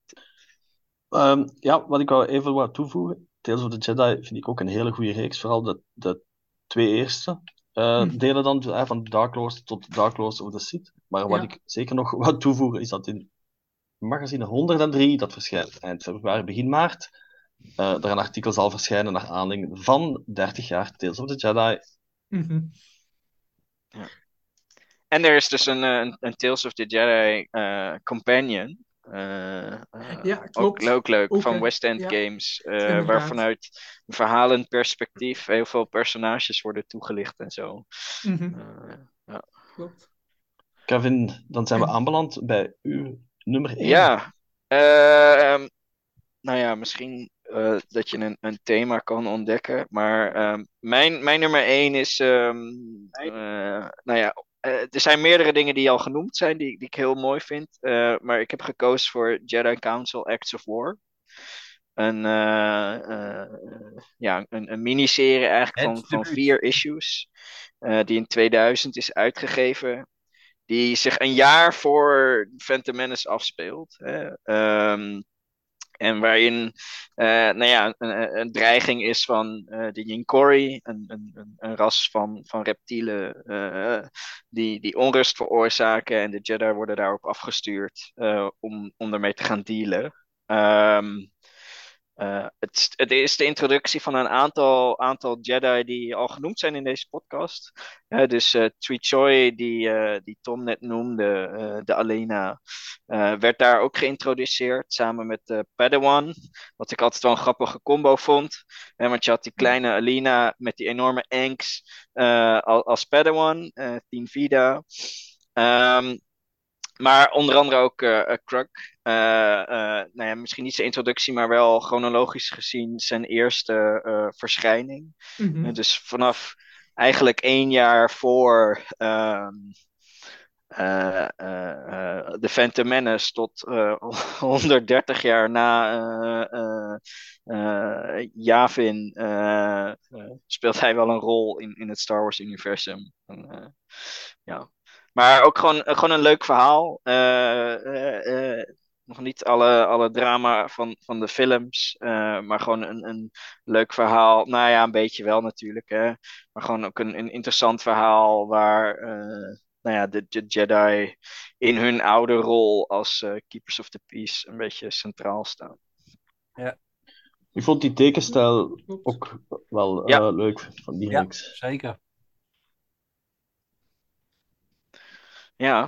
Ehm, ja, wat ik wou even wat toevoegen. Tales of the Jedi vind ik ook een hele goede reeks. Vooral de, de twee eerste eh, Hm. delen dan, eh, van Dark Lords tot Dark Lords of the Sith. Maar wat Ja. ik zeker nog wou toevoegen is dat in magazine honderddrie, dat verschijnt eind februari, begin maart, eh, er een artikel zal verschijnen naar aanleiding van dertig jaar Tales of the Jedi. Mhm. En er is dus een, eh, een, een Tales of the Jedi eh, Companion. Eh, eh, Ja, ook, klopt. ook leuk, Ook, van hè. West End Ja, Games. eh, inderdaad. waar vanuit een verhalend perspectief heel veel personages worden toegelicht en zo. Mhm. Eh, ja. Klopt. Kevin, dan zijn we aanbeland bij uw nummer één. Ja, ehm, nou ja, misschien uh, dat je een, een thema kan ontdekken. Maar um, mijn, mijn nummer één is, um, uh, nou ja, uh, er zijn meerdere dingen die al genoemd zijn, die, die ik heel mooi vind. Uh, maar ik heb gekozen voor Jedi Council Acts of War. Een, uh, uh, ja, een, een miniserie eigenlijk van, van vier issues. Uh, die in tweeduizend is uitgegeven. Die zich een jaar voor Phantom Menace afspeelt. Hè. Um, en waarin uh, nou ja, een, een dreiging is van uh, de Yinkori, een, een, een ras van, van reptielen uh, die, die onrust veroorzaken. En de Jedi worden daarop afgestuurd uh, om, om ermee te gaan dealen. Um, Uh, het, het is de introductie van een aantal, aantal Jedi die al genoemd zijn in deze podcast. Uh, dus uh, Tui Choi, die, uh, die Tom net noemde, uh, de Alena, uh, werd daar ook geïntroduceerd samen met uh, Padawan. Wat ik altijd wel een grappige combo vond. Uh, want je had die kleine Alena met die enorme angst uh, als, als Padawan, uh, Team Vida. Um, Maar onder andere ook uh, uh, Kruk. Uh, uh, nou ja, misschien niet zijn introductie, maar wel chronologisch gezien zijn eerste uh, verschijning. Mhm. Uh, dus vanaf eigenlijk één jaar voor uh, uh, uh, uh, de Phantom Menace tot uh, honderddertig jaar na uh, uh, uh, Yavin uh, uh, speelt hij wel een rol in, in het Star Wars universum. Uh, ja. Maar ook gewoon, gewoon een leuk verhaal. Uh, uh, uh, nog niet alle, alle drama van, van de films. Uh, maar gewoon een, een leuk verhaal. Nou ja, een beetje wel natuurlijk. Hè. Maar gewoon ook een, een interessant verhaal. Waar uh, nou ja, de, de Jedi in hun oude rol als uh, Keepers of the Peace een beetje centraal staan. Ja. Ik vond die tekenstijl ook wel Ja. uh, leuk van die Ja, reeks. zeker. Ja.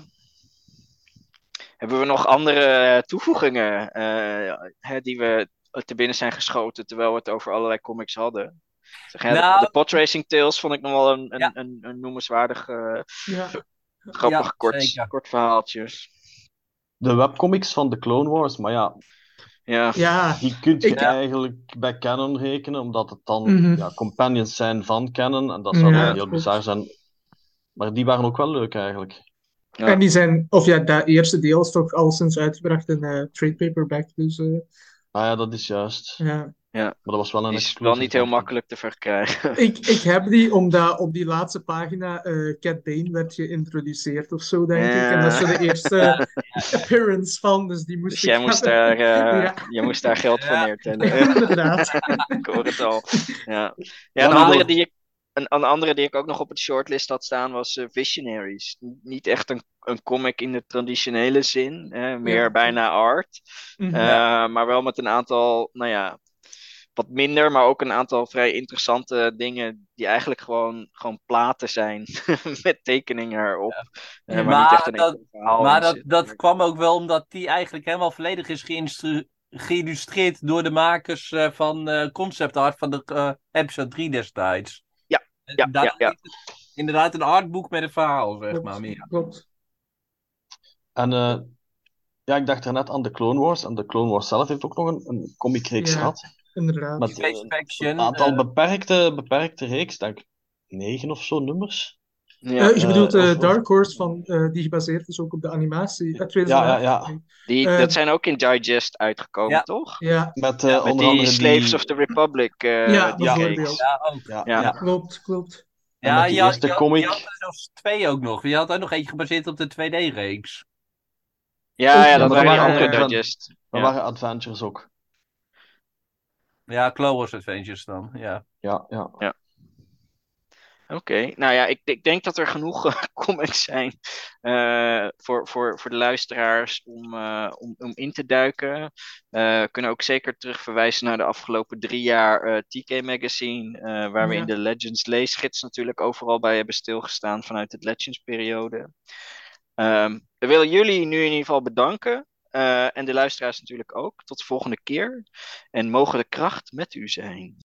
Hebben we nog andere toevoegingen uh, hè, die we te binnen zijn geschoten terwijl we het over allerlei comics hadden? Zeg, hè, Nou, de, de Podracing Tales vond ik nog wel een, een, Ja. een, een noemenswaardig uh, Ja. grappig Ja, kort, zeker. kort verhaaltje. De webcomics van de Clone Wars, maar ja, Ja. Ja, die kun je ik- eigenlijk bij canon rekenen, omdat het dan Mhm. ja, companions zijn van canon. En dat zou Ja, dan dat heel klopt. bizar zijn. Maar die waren ook wel leuk eigenlijk. Ja. En die zijn, of ja, dat eerste deel is toch al sinds uitgebracht in uh, trade paperback. Dus uh, Ah ja, dat is juist. ja. Ja. Maar dat was wel een Die is exclusive. wel niet heel dacht ik. makkelijk te verkrijgen. Ik, ik heb die omdat op die laatste pagina uh, Cat Bane werd geïntroduceerd of zo, denk Ja. ik. En dat is zo de eerste Ja. appearance van, dus die moest Dus ik jij moest hebben. daar, uh, Ja. jij moest daar geld voor Ja. neertellen. Inderdaad. Ik hoor het al. Ja, ja, Ja, een, maar andere dat- die ik, een, een andere die ik ook nog op het shortlist had staan was uh, Visionaries. Niet echt een, een comic in de traditionele zin, hè, meer Ja. bijna art. Mhm. Uh, maar wel met een aantal, nou ja, wat minder, maar ook een aantal vrij interessante dingen die eigenlijk gewoon, gewoon platen zijn met tekeningen erop. Uh, Ja. maar niet Maar echt een dat- enkel verhaal Maar in dat, zit. dat kwam ook wel omdat die eigenlijk helemaal volledig is geïnstru- geïllustreerd door de makers eh, van eh, concept art van de eh, episode drie destijds. Ja, En ja, daarom ja, ja. is het inderdaad een artboek met een verhaal, zeg Klopt, maar. Meer. klopt. En eh, ja, ik dacht er net aan de Clone Wars. En de Clone Wars zelf heeft ook nog een, een comicreeks Ja. gehad. Inderdaad. Met Space eh, Faction, een aantal eh, beperkte, beperkte reeks. Denk ik negen of zo nummers. Ja, Uh, je bedoelt Eh, uh, of- of- Dark Horse, van, uh, die gebaseerd is ook op de animatie uit tweeduizend acht. Ja, ja, ja. die, Eh, dat zijn ook in Digest uitgekomen, Ja. toch? Ja, Met eh, Ja, Met onder die andere Slaves die... of the Republic. Uh, Ja, die bijvoorbeeld. reeks. ja, ook. Ja, Ja. ja. klopt, klopt. En Ja, met die je, had- eerste je, had- comic... je had er zelfs twee ook nog. Je had ook nog eentje gebaseerd op de twee D-reeks. Ja, Ook- ja, Ja, dat maar waren dat die waren andere ook- Digest. Dat Ja. waren adventures ook. Ja, Clone Wars Adventures dan. Ja. Ja, ja. Oké, okay. Nou ja, ik, ik denk dat er genoeg uh, comics zijn uh, voor, voor, voor de luisteraars om, uh, om, om in te duiken. Uh, we kunnen ook zeker terug verwijzen naar de afgelopen drie jaar uh, T K Magazine, uh, waar we Ja. in de Legends leesgids natuurlijk overal bij hebben stilgestaan vanuit het Legends periode. Um, we willen jullie nu in ieder geval bedanken. Uh, en de luisteraars natuurlijk ook. Tot de volgende keer. En mogen de kracht met u zijn.